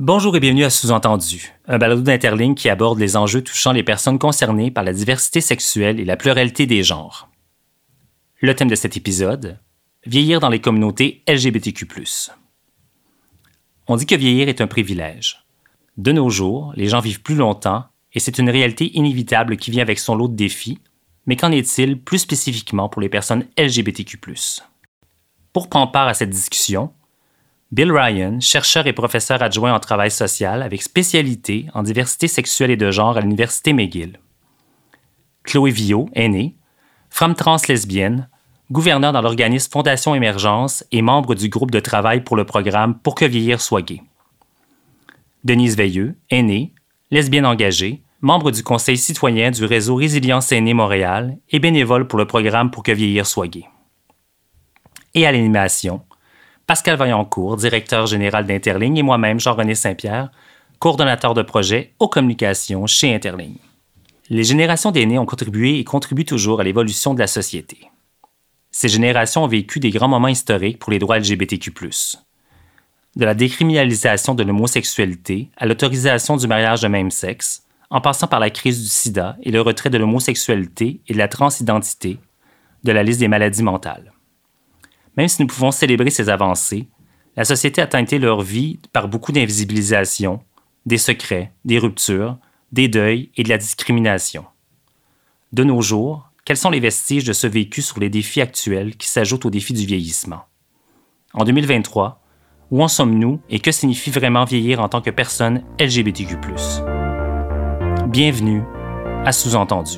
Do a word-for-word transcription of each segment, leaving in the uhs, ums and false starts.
Bonjour et bienvenue à Sous-entendu, un balado d'Interligne qui aborde les enjeux touchant les personnes concernées par la diversité sexuelle et la pluralité des genres. Le thème de cet épisode, vieillir dans les communautés L G B T Q plus. On dit que vieillir est un privilège. De nos jours, les gens vivent plus longtemps et c'est une réalité inévitable qui vient avec son lot de défis, mais qu'en est-il plus spécifiquement pour les personnes L G B T Q plus? Pour prendre part à cette discussion, Bill Ryan, chercheur et professeur adjoint en travail social avec spécialité en diversité sexuelle et de genre à l'Université McGill. Chloé Villot, aînée, femme trans lesbienne, gouverneure dans l'organisme Fondation Émergence et membre du groupe de travail pour le programme Pour que vieillir soit gay. Denise Veilleux, aînée, lesbienne engagée, membre du Conseil citoyen du réseau Résilience Aînée Montréal et bénévole pour le programme Pour que vieillir soit gay. Et à l'animation, Pascal Vaillancourt, directeur général d'Interligne, et moi-même, Jean-René Saint-Pierre, coordonnateur de projet aux communications chez Interligne. Les générations d'aînés ont contribué et contribuent toujours à l'évolution de la société. Ces générations ont vécu des grands moments historiques pour les droits L G B T Q plus. De la décriminalisation de l'homosexualité à l'autorisation du mariage de même sexe, en passant par la crise du sida et le retrait de l'homosexualité et de la transidentité de la liste des maladies mentales. Même si nous pouvons célébrer ces avancées, la société a teinté leur vie par beaucoup d'invisibilisation, des secrets, des ruptures, des deuils et de la discrimination. De nos jours, quels sont les vestiges de ce vécu sur les défis actuels qui s'ajoutent aux défis du vieillissement? En deux mille vingt-trois, où en sommes-nous et que signifie vraiment vieillir en tant que personne L G B T Q plus? Bienvenue à Sous-entendu.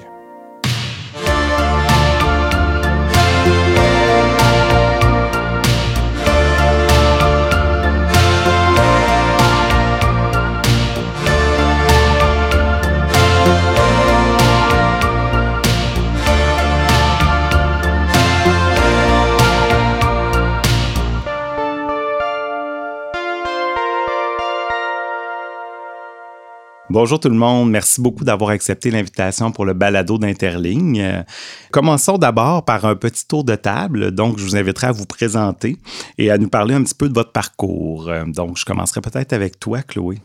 Bonjour tout le monde, merci beaucoup d'avoir accepté l'invitation pour le balado d'Interligne. Euh, commençons d'abord par un petit tour de table, donc je vous inviterai à vous présenter et à nous parler un petit peu de votre parcours. Euh, donc je commencerai peut-être avec toi, Chloé.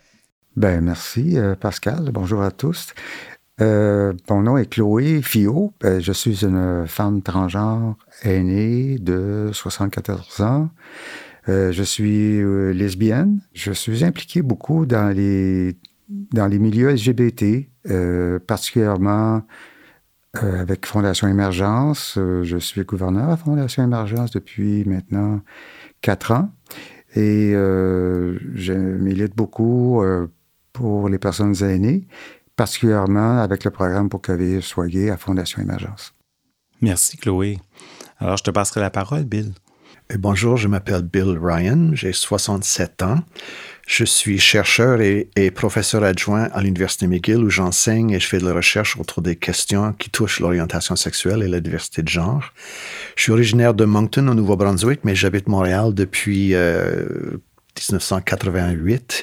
Ben merci euh, Pascal, bonjour à tous. Euh, mon nom est Chloé Villot, euh, je suis une femme transgenre aînée de soixante-quatorze ans. Euh, je suis euh, lesbienne, je suis impliquée beaucoup dans les dans les milieux L G B T, euh, particulièrement euh, avec Fondation Émergence. Euh, je suis gouverneur à Fondation Émergence depuis maintenant quatre ans et euh, je milite beaucoup euh, pour les personnes aînées, particulièrement avec le programme Pour que vieillir soit gay à Fondation Émergence. Merci Chloé. Alors je te passerai la parole, Bill. Bonjour, je m'appelle Bill Ryan, j'ai soixante-sept ans. Je suis chercheur et, et professeur adjoint à l'Université McGill où j'enseigne et je fais de la recherche autour des questions qui touchent l'orientation sexuelle et la diversité de genre. Je suis originaire de Moncton, au Nouveau-Brunswick, mais j'habite Montréal depuis euh, dix-neuf cent quatre-vingt-huit.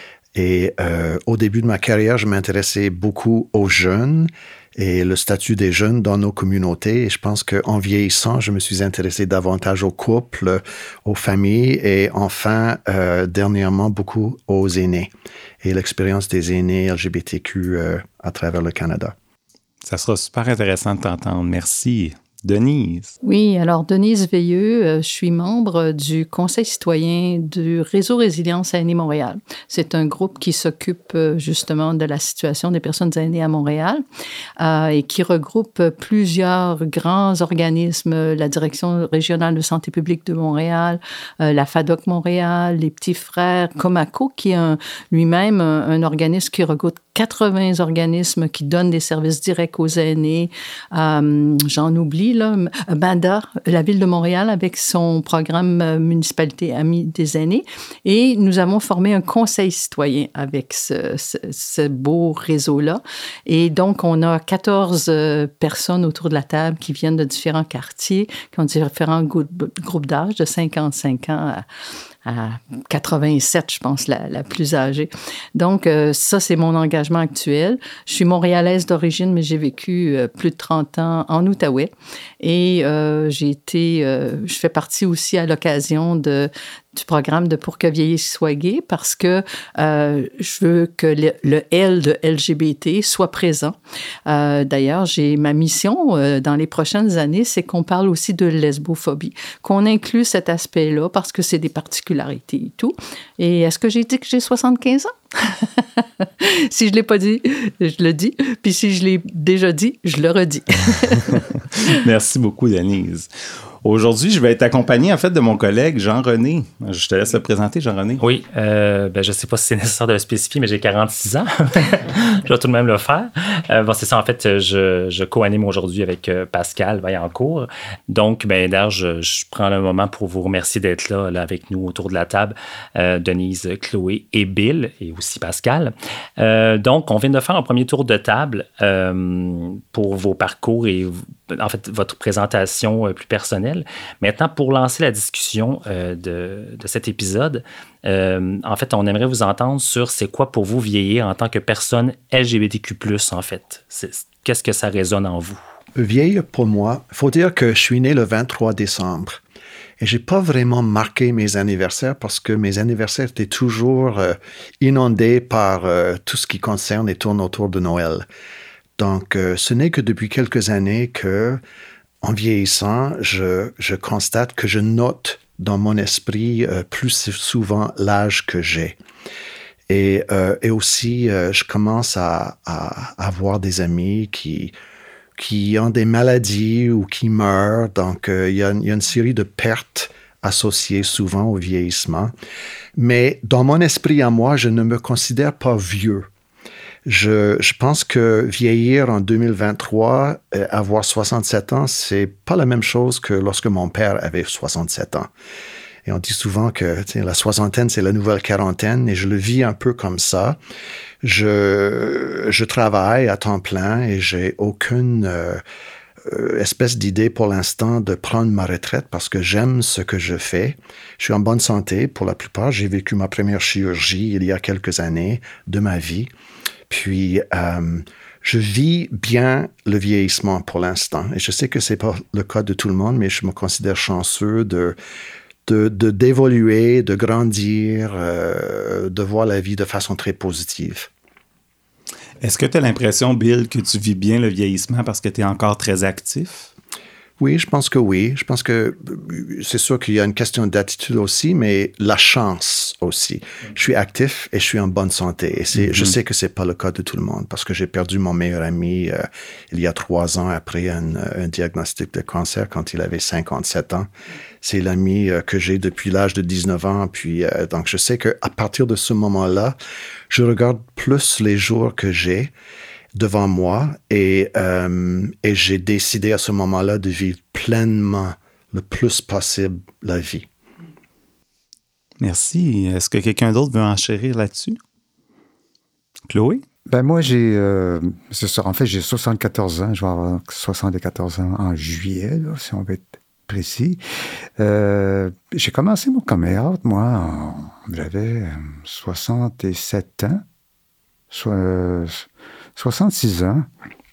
Et euh, au début de ma carrière, je m'intéressais beaucoup aux jeunes et le statut des jeunes dans nos communautés. Et je pense qu'en vieillissant, je me suis intéressé davantage aux couples, aux familles et enfin, euh, dernièrement, beaucoup aux aînés et l'expérience des aînés L G B T Q euh, à travers le Canada. Ça sera super intéressant de t'entendre. Merci. Denise. Oui, alors Denise Veilleux, euh, je suis membre du Conseil citoyen du réseau Résilience Aînée Montréal. C'est un groupe qui s'occupe euh, justement de la situation des personnes aînées à Montréal euh, et qui regroupe plusieurs grands organismes, la Direction régionale de santé publique de Montréal, euh, la FADOC Montréal, les Petits Frères, Comaco, qui est un, lui-même un, un organisme qui regroupe quatre-vingts organismes qui donnent des services directs aux aînés. Euh, j'en oublie, là. Banda, la Ville de Montréal, avec son programme Municipalité Amis des aînés. Et nous avons formé un conseil citoyen avec ce, ce, ce beau réseau-là. Et donc, on a quatorze personnes autour de la table qui viennent de différents quartiers, qui ont différents groupes d'âge, de cinquante-cinq ans à à quatre-vingt-sept, je pense, la, la plus âgée. Donc, euh, ça, c'est mon engagement actuel. Je suis montréalaise d'origine, mais j'ai vécu euh, plus de trente ans en Outaouais. Et euh, j'ai été... Euh, je fais partie aussi à l'occasion de, du programme de Pour que vieillir soit gay parce que euh, je veux que le, le L de L G B T soit présent. Euh, d'ailleurs, j'ai ma mission euh, dans les prochaines années, c'est qu'on parle aussi de lesbophobie, qu'on inclue cet aspect-là parce que c'est des particularités et tout. Et est-ce que j'ai dit que j'ai soixante-quinze ans? Si je ne l'ai pas dit, je le dis. Puis si je l'ai déjà dit, je le redis. Merci beaucoup, Denise. Aujourd'hui, je vais être accompagné en fait de mon collègue Jean-René. Je te laisse le présenter, Jean-René. Oui, euh, ben, je ne sais pas si c'est nécessaire de le spécifier, mais j'ai quarante-six ans. Je vais tout de même le faire. Euh, bon, c'est ça, en fait, je, je co-anime aujourd'hui avec euh, Pascal Vaillancourt. Donc, ben, d'ailleurs, je, je prends le moment pour vous remercier d'être là, là avec nous autour de la table, euh, Denise, Chloé et Bill, et aussi Pascal. Euh, donc, on vient de faire un premier tour de table euh, pour vos parcours et en fait, votre présentation euh, plus personnelle. Maintenant, pour lancer la discussion euh, de, de cet épisode, euh, en fait, on aimerait vous entendre sur c'est quoi pour vous vieillir en tant que personne L G B T Q plus, en fait. C'est, qu'est-ce que ça résonne en vous? Vieillir, pour moi, il faut dire que je suis né le vingt-trois décembre. Et je n'ai pas vraiment marqué mes anniversaires parce que mes anniversaires étaient toujours euh, inondés par euh, tout ce qui concerne et tourne autour de Noël. Donc, euh, ce n'est que depuis quelques années que, en vieillissant, je, je constate que je note dans mon esprit euh, plus souvent l'âge que j'ai. Et, euh, et aussi, euh, je commence à, à, à avoir des amis qui, qui ont des maladies ou qui meurent. Donc, euh, il y a, il y a une série de pertes associées souvent au vieillissement. Mais dans mon esprit à moi, je ne me considère pas vieux. Je, je pense que vieillir en deux mille vingt-trois, euh, avoir soixante-sept ans, c'est pas la même chose que lorsque mon père avait soixante-sept ans. Et on dit souvent que la soixantaine, c'est la nouvelle quarantaine, et je le vis un peu comme ça. Je, je travaille à temps plein et j'ai aucune euh, espèce d'idée pour l'instant de prendre ma retraite parce que j'aime ce que je fais. Je suis en bonne santé pour la plupart. J'ai vécu ma première chirurgie il y a quelques années de ma vie. Puis, euh, je vis bien le vieillissement pour l'instant. Et je sais que ce n'est pas le cas de tout le monde, mais je me considère chanceux de, de, de, d'évoluer, de grandir, euh, de voir la vie de façon très positive. Est-ce que tu as l'impression, Bill, que tu vis bien le vieillissement parce que tu es encore très actif? Oui, je pense que oui. Je pense que c'est sûr qu'il y a une question d'attitude aussi, mais la chance aussi. Je suis actif et je suis en bonne santé. Et c'est, mm-hmm. je sais que c'est pas le cas de tout le monde parce que j'ai perdu mon meilleur ami euh, il y a trois ans après un, un diagnostic de cancer quand il avait cinquante-sept ans. C'est l'ami euh, que j'ai depuis l'âge de dix-neuf ans. Puis, euh, donc, je sais qu'à partir de ce moment-là, je regarde plus les jours que j'ai devant moi et, euh, et j'ai décidé à ce moment-là de vivre pleinement le plus possible la vie. Merci. Est-ce que quelqu'un d'autre veut enchérir là-dessus? Chloé? Ben moi, j'ai... Euh, c'est ça, en fait, j'ai soixante-quatorze ans. Je vais avoir soixante-quatorze ans en juillet, là, si on veut être précis. Euh, j'ai commencé mon coming out, moi, en, j'avais soixante-sept ans. Soit... Euh, soixante-six ans.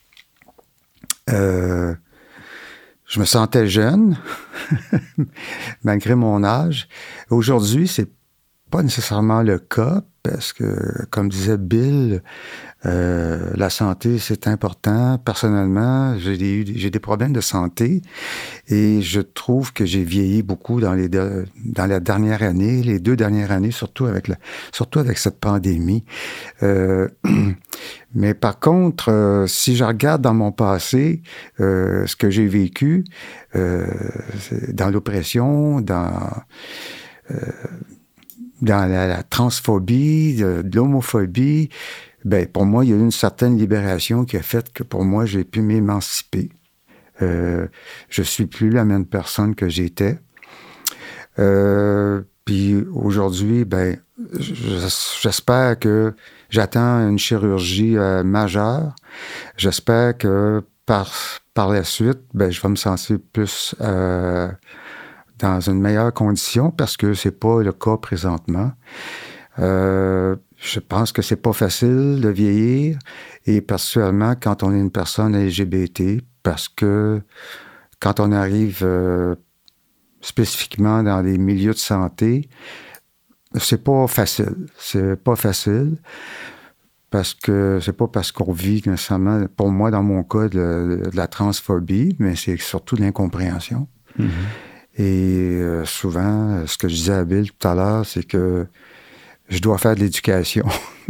Euh, je me sentais jeune, malgré mon âge. Aujourd'hui, c'est pas nécessairement le cas, parce que, comme disait Bill, euh, la santé, c'est important. Personnellement, j'ai des, j'ai des problèmes de santé et je trouve que j'ai vieilli beaucoup dans, les de, dans la dernière année, les deux dernières années, surtout avec, la, surtout avec cette pandémie. Euh, mais par contre, euh, si je regarde dans mon passé, euh, ce que j'ai vécu, euh, dans l'oppression, dans... Euh, dans la, la transphobie, de, de l'homophobie, ben pour moi, il y a eu une certaine libération qui a fait que pour moi, j'ai pu m'émanciper. Euh, je suis plus la même personne que j'étais. Euh, puis aujourd'hui, ben j'espère que j'attends une chirurgie euh, majeure. J'espère que par, par la suite, ben je vais me sentir plus... Euh, dans une meilleure condition, parce que c'est pas le cas présentement. Euh, je pense que c'est pas facile de vieillir, et particulièrement quand on est une personne L G B T, parce que quand on arrive euh, spécifiquement dans les milieux de santé, c'est pas facile. C'est pas facile parce que c'est pas parce qu'on vit nécessairement, pour moi, dans mon cas, de, de la transphobie, mais c'est surtout de l'incompréhension. Mm-hmm. Et euh, souvent, ce que je disais à Bill tout à l'heure, c'est que je dois faire de l'éducation,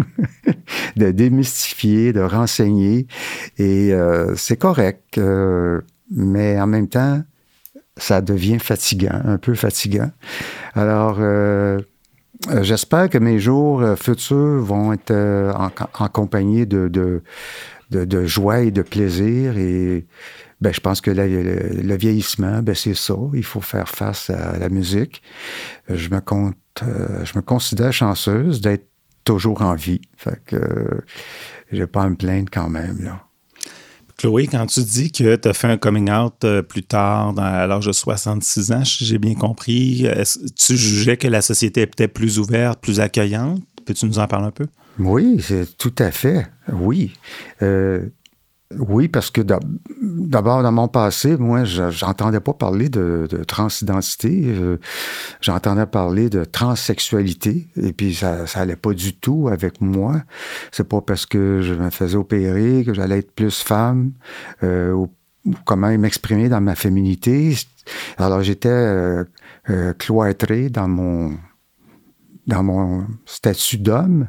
de démystifier, de renseigner. Et euh, c'est correct, euh, mais en même temps, ça devient fatigant, un peu fatigant. Alors, euh, j'espère que mes jours futurs vont être euh, en, en compagnie de, de, de, de joie et de plaisir. Et ben, je pense que la, le, le vieillissement, ben, c'est ça. Il faut faire face à la musique. Je me compte, euh, je me considère chanceuse d'être toujours en vie. Fait que euh, j'ai pas à me plaindre quand même, là. Chloé, quand tu dis que tu as fait un coming out plus tard, dans, à l'âge de soixante-six ans, j'ai bien compris, tu jugeais que la société était plus ouverte, plus accueillante. Peux-tu nous en parler un peu? Oui, c'est tout à fait. Oui. Euh, oui, parce que d'abord, dans mon passé, moi, j'entendais pas parler de, de transidentité. Euh, j'entendais parler de transsexualité. Et puis, ça, ça allait pas du tout avec moi. C'est pas parce que je me faisais opérer que j'allais être plus femme, euh, ou, ou comment m'exprimer dans ma féminité. Alors, j'étais euh, euh, cloîtré dans mon, dans mon statut d'homme.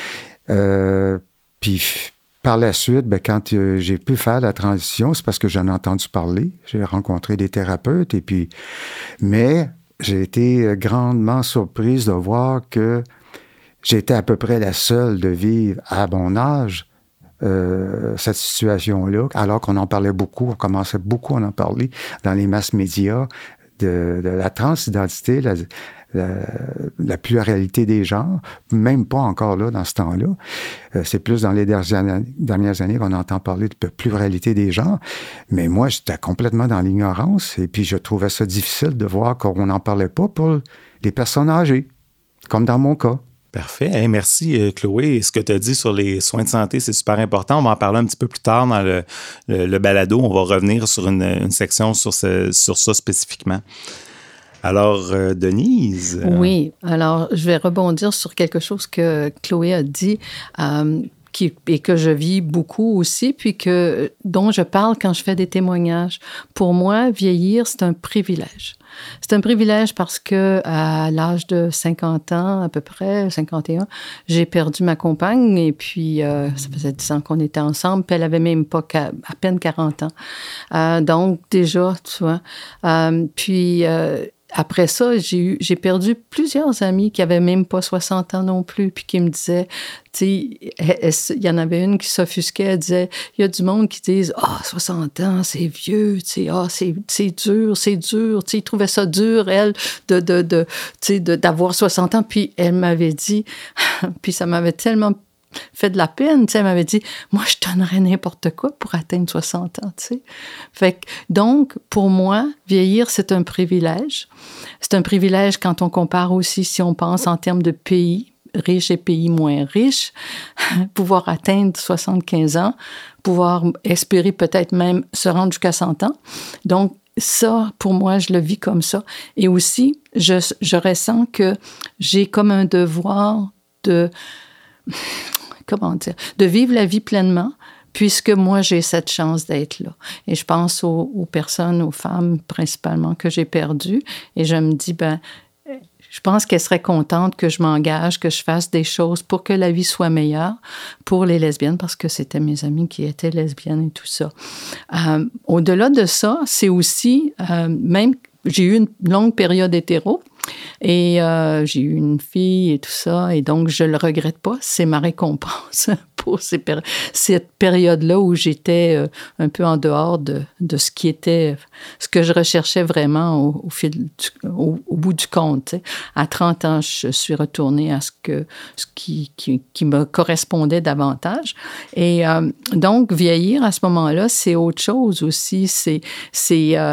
Euh, puis, par la suite, ben, quand euh, j'ai pu faire la transition, c'est parce que j'en ai entendu parler. J'ai rencontré des thérapeutes et puis... Mais j'ai été grandement surprise de voir que j'étais à peu près la seule de vivre à mon âge euh, cette situation-là, alors qu'on en parlait beaucoup, on commençait beaucoup à en parler dans les masses médias de, de la transidentité, la, la, la pluralité des genres, même pas encore là dans ce temps-là. Euh, c'est plus dans les dernières, dernières années qu'on entend parler de pluralité des genres. Mais moi, j'étais complètement dans l'ignorance et puis je trouvais ça difficile de voir qu'on n'en parlait pas pour les personnes âgées, comme dans mon cas. Parfait. Hey, merci, Chloé. Ce que tu as dit sur les soins de santé, c'est super important. On va en parler un petit peu plus tard dans le, le, le balado. On va revenir sur une, une section sur, ce, sur ça spécifiquement. Alors, euh, Denise? Oui. Alors, je vais rebondir sur quelque chose que Chloé a dit. Euh, Qui, et que je vis beaucoup aussi, puis que, dont je parle quand je fais des témoignages. Pour moi, vieillir, c'est un privilège. C'est un privilège parce que à l'âge de cinquante ans, à peu près, cinquante et un, j'ai perdu ma compagne et puis euh, ça faisait dix ans qu'on était ensemble, puis elle avait même pas qu'à, à peine quarante ans. Euh, donc, déjà, tu vois. Euh, puis... Euh, Après ça, j'ai, eu, j'ai perdu plusieurs amis qui n'avaient même pas soixante ans non plus, puis qui me disaient, tu sais, il y en avait une qui s'offusquait, elle disait, il y a du monde qui disent, ah, oh, soixante ans, c'est vieux, tu sais, ah, oh, c'est, c'est dur, c'est dur, tu sais, ils trouvaient ça dur, elle, de, de, de, tu sais, de, d'avoir soixante ans, puis elle m'avait dit, puis ça m'avait tellement fait de la peine, tu sais, elle m'avait dit, moi, je donnerais n'importe quoi pour atteindre soixante ans, tu sais. Fait que, donc, pour moi, vieillir, c'est un privilège. C'est un privilège quand on compare aussi, si on pense en termes de pays riches et pays moins riches, pouvoir atteindre soixante-quinze ans, pouvoir espérer peut-être même se rendre jusqu'à cent ans. Donc, ça, pour moi, je le vis comme ça. Et aussi, je, je ressens que j'ai comme un devoir de... comment dire, de vivre la vie pleinement, puisque moi, j'ai cette chance d'être là. Et je pense aux, aux personnes, aux femmes principalement que j'ai perdues, et je me dis, ben, je pense qu'elles seraient contentes que je m'engage, que je fasse des choses pour que la vie soit meilleure pour les lesbiennes, parce que c'était mes amies qui étaient lesbiennes et tout ça. Euh, au-delà de ça, c'est aussi, euh, même, j'ai eu une longue période hétéro, et euh, j'ai eu une fille et tout ça, et donc je le regrette pas. C'est ma récompense pour ces péri- cette période-là où j'étais euh, un peu en dehors de, de ce qui était, ce que je recherchais vraiment au, au, fil du, au, au bout du compte. T'sais. À trente ans, je suis retournée à ce, que, ce qui, qui, qui me correspondait davantage. Et euh, donc, vieillir à ce moment-là, c'est autre chose aussi. C'est... c'est euh,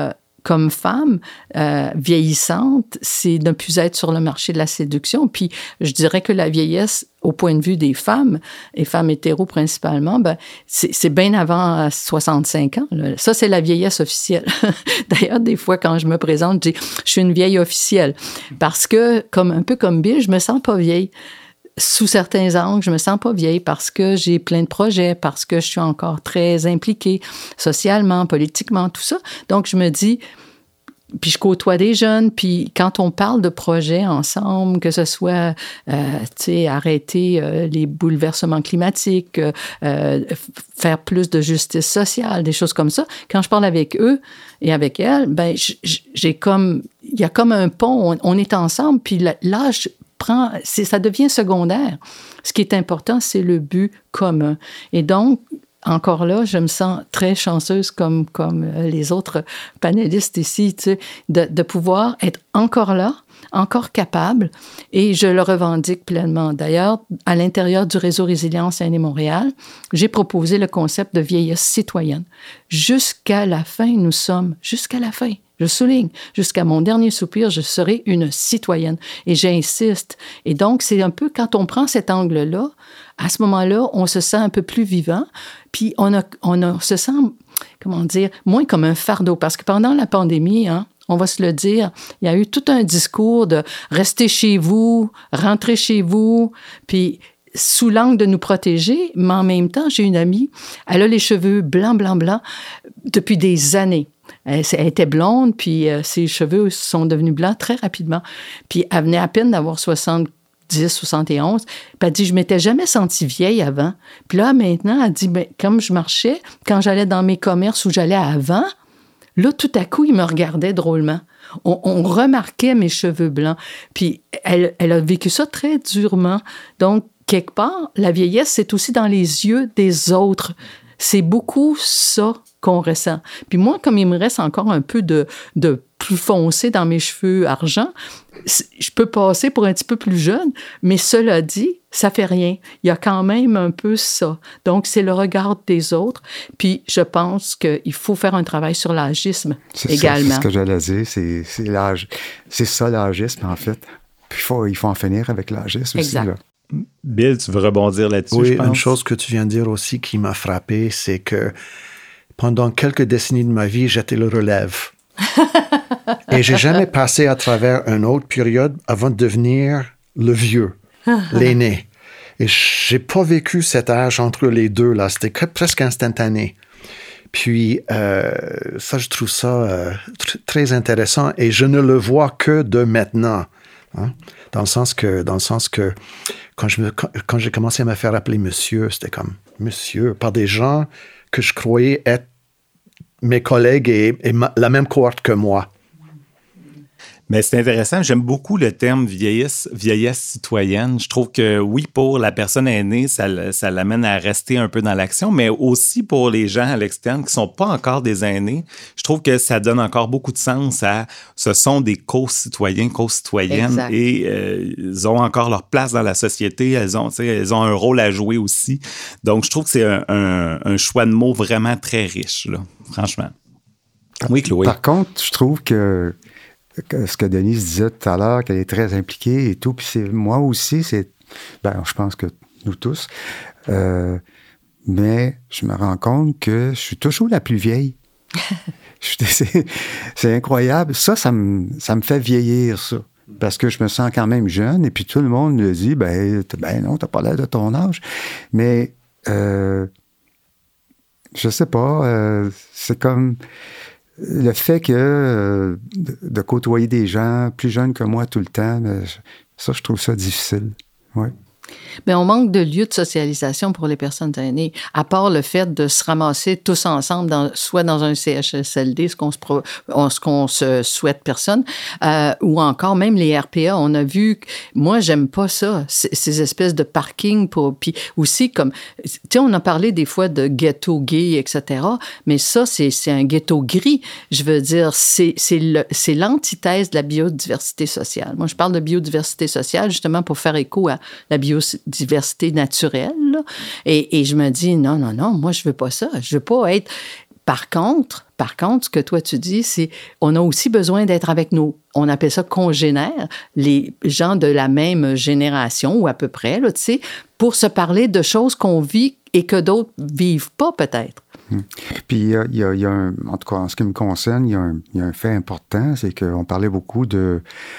comme femme euh, vieillissante, c'est ne plus être sur le marché de la séduction. Puis je dirais que la vieillesse, au point de vue des femmes, et femmes hétéros principalement, ben, c'est, c'est bien avant soixante-cinq ans. Là. Ça, c'est la vieillesse officielle. D'ailleurs, des fois, quand je me présente, je dis « je suis une vieille officielle ». Parce que, comme, un peu comme Bill, je me sens pas vieille. Sous certains angles, je me sens pas vieille parce que j'ai plein de projets, parce que je suis encore très impliquée socialement, politiquement, tout ça. Donc, je me dis... Puis je côtoie des jeunes, puis quand on parle de projets ensemble, que ce soit, euh, tu sais, arrêter euh, les bouleversements climatiques, euh, f- faire plus de justice sociale, des choses comme ça, quand je parle avec eux et avec elles, ben j'ai comme, il y a comme un pont, on, on est ensemble, puis l'âge prend, c'est, ça devient secondaire. Ce qui est important, c'est le but commun. Et donc, encore là, je me sens très chanceuse comme, comme les autres panélistes ici, tu sais, de, de pouvoir être encore là, encore capable, et je le revendique pleinement. D'ailleurs, à l'intérieur du réseau Résilience Aînés-Montréal, j'ai proposé le concept de vieillesse citoyenne. Jusqu'à la fin, nous sommes, jusqu'à la fin, je souligne, jusqu'à mon dernier soupir, je serai une citoyenne. Et j'insiste. Et donc, c'est un peu quand on prend cet angle-là, à ce moment-là, on se sent un peu plus vivant, puis on, a, on, a, on se sent, comment dire, moins comme un fardeau. Parce que pendant la pandémie, hein, on va se le dire, il y a eu tout un discours de rester chez vous, rentrer chez vous, puis sous l'angle de nous protéger, mais en même temps, j'ai une amie, elle a les cheveux blancs, blancs, blancs depuis des années. Elle, elle était blonde, puis euh, ses cheveux sont devenus blancs très rapidement. Puis elle venait à peine d'avoir soixante-dix, soixante et onze. Puis elle dit, je m'étais jamais sentie vieille avant. Puis là, maintenant, elle dit, ben, comme je marchais, quand j'allais dans mes commerces où j'allais avant, là, tout à coup, ils me regardaient drôlement. On, on remarquait mes cheveux blancs. Puis elle, elle a vécu ça très durement. Donc, quelque part, la vieillesse, c'est aussi dans les yeux des autres. C'est beaucoup ça qu'on ressent. Puis moi, comme il me reste encore un peu de, de plus foncé dans mes cheveux argent, je peux passer pour un petit peu plus jeune, mais cela dit, ça fait rien. Il y a quand même un peu ça. Donc, c'est le regard des autres. Puis, je pense qu'il faut faire un travail sur l'âgisme c'est également. Ça, c'est ce que j'allais dire. C'est, c'est, l'âge, c'est ça, l'âgisme, en fait. Puis, il faut, il faut en finir avec l'âgisme exact. aussi, là. Bill, tu veux rebondir là-dessus, oui, je pense? Une chose que tu viens de dire aussi qui m'a frappé, c'est que pendant quelques décennies de ma vie, j'étais le relève. Et j'ai jamais passé à travers une autre période avant de devenir le vieux, l'aîné. Et j'ai pas vécu cet âge entre les deux, là. C'était presque instantané. Puis, euh, ça, je trouve ça euh, tr- très intéressant et je ne le vois que de maintenant. Hein? Dans le sens que, dans le sens que quand, je me, quand, quand j'ai commencé à me faire appeler monsieur, c'était comme monsieur, par des gens que je croyais être mes collègues et, et ma, la même cohorte que moi. Mais c'est intéressant. J'aime beaucoup le terme vieillesse, vieillesse citoyenne. Je trouve que oui, pour la personne aînée, ça, ça l'amène à rester un peu dans l'action, mais aussi pour les gens à l'externe qui ne sont pas encore des aînés, je trouve que ça donne encore beaucoup de sens à ce sont des co-citoyens, co-citoyennes exact. Et euh, ils ont encore leur place dans la société. Elles ont, elles ont un rôle à jouer aussi. Donc, je trouve que c'est un, un, un choix de mots vraiment très riche, là, franchement. Oui, Chloé. Par contre, je trouve que ce que Denise disait tout à l'heure, qu'elle est très impliquée et tout, puis c'est, moi aussi, c'est, ben, je pense que nous tous, euh, mais je me rends compte que je suis toujours la plus vieille. c'est, c'est incroyable. Ça, ça me, ça me fait vieillir, ça. Parce que je me sens quand même jeune, et puis tout le monde me dit, ben, ben non, t'as pas l'air de ton âge. Mais, euh, je sais pas, euh, c'est comme... Le fait que euh, de, de côtoyer des gens plus jeunes que moi tout le temps, ben, ça, je trouve ça difficile. Oui. Bien, on manque de lieux de socialisation pour les personnes aînées, à part le fait de se ramasser tous ensemble, dans, soit dans un C H S L D, ce qu'on se, pro, ce qu'on se souhaite personne, euh, ou encore même les R P A. On a vu, moi, j'aime pas ça, ces espèces de parking pour, puis aussi comme, tu sais, on a parlé des fois de ghetto gay, et cetera, mais ça, c'est, c'est un ghetto gris. Je veux dire, c'est, c'est, le, c'est l'antithèse de la biodiversité sociale. Moi, je parle de biodiversité sociale justement pour faire écho à la biodiversité diversité naturelle. Là. Et, et je me dis, non, non, non, moi, je veux pas ça. Je veux pas être... Par contre, par contre, ce que toi tu dis, c'est on a aussi besoin d'être avec nos, on appelle ça congénères, les gens de la même génération ou à peu près, là, tu sais, pour se parler de choses qu'on vit et que d'autres vivent pas peut-être. Hum. Puis il y a, il y a, il y a un, en tout cas en ce qui me concerne, il y a un, il y a un fait important, c'est qu'on parlait beaucoup de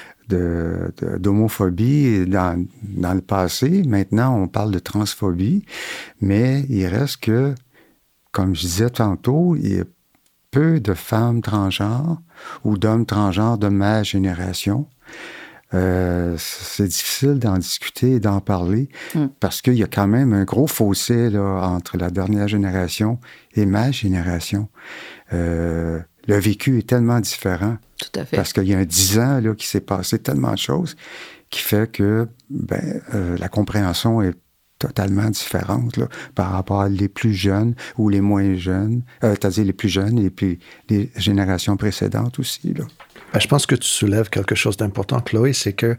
De, de, d'homophobie dans, dans le passé. Maintenant, on parle de transphobie, mais il reste que, comme je disais tantôt, il y a peu de femmes transgenres ou d'hommes transgenres de ma génération. Euh, c'est difficile d'en discuter et d'en parler mm. parce qu'il y a quand même un gros fossé là, entre la dernière génération et ma génération. Euh, le vécu est tellement différent. Tout à fait. Parce qu'il y a un dix ans là, qui s'est passé tellement de choses qui fait que ben, euh, la compréhension est totalement différente là, par rapport à les plus jeunes ou les moins jeunes, euh, c'est-à-dire les plus jeunes et puis les générations précédentes aussi. Là. Ben, je pense que tu soulèves quelque chose d'important, Chloé, c'est que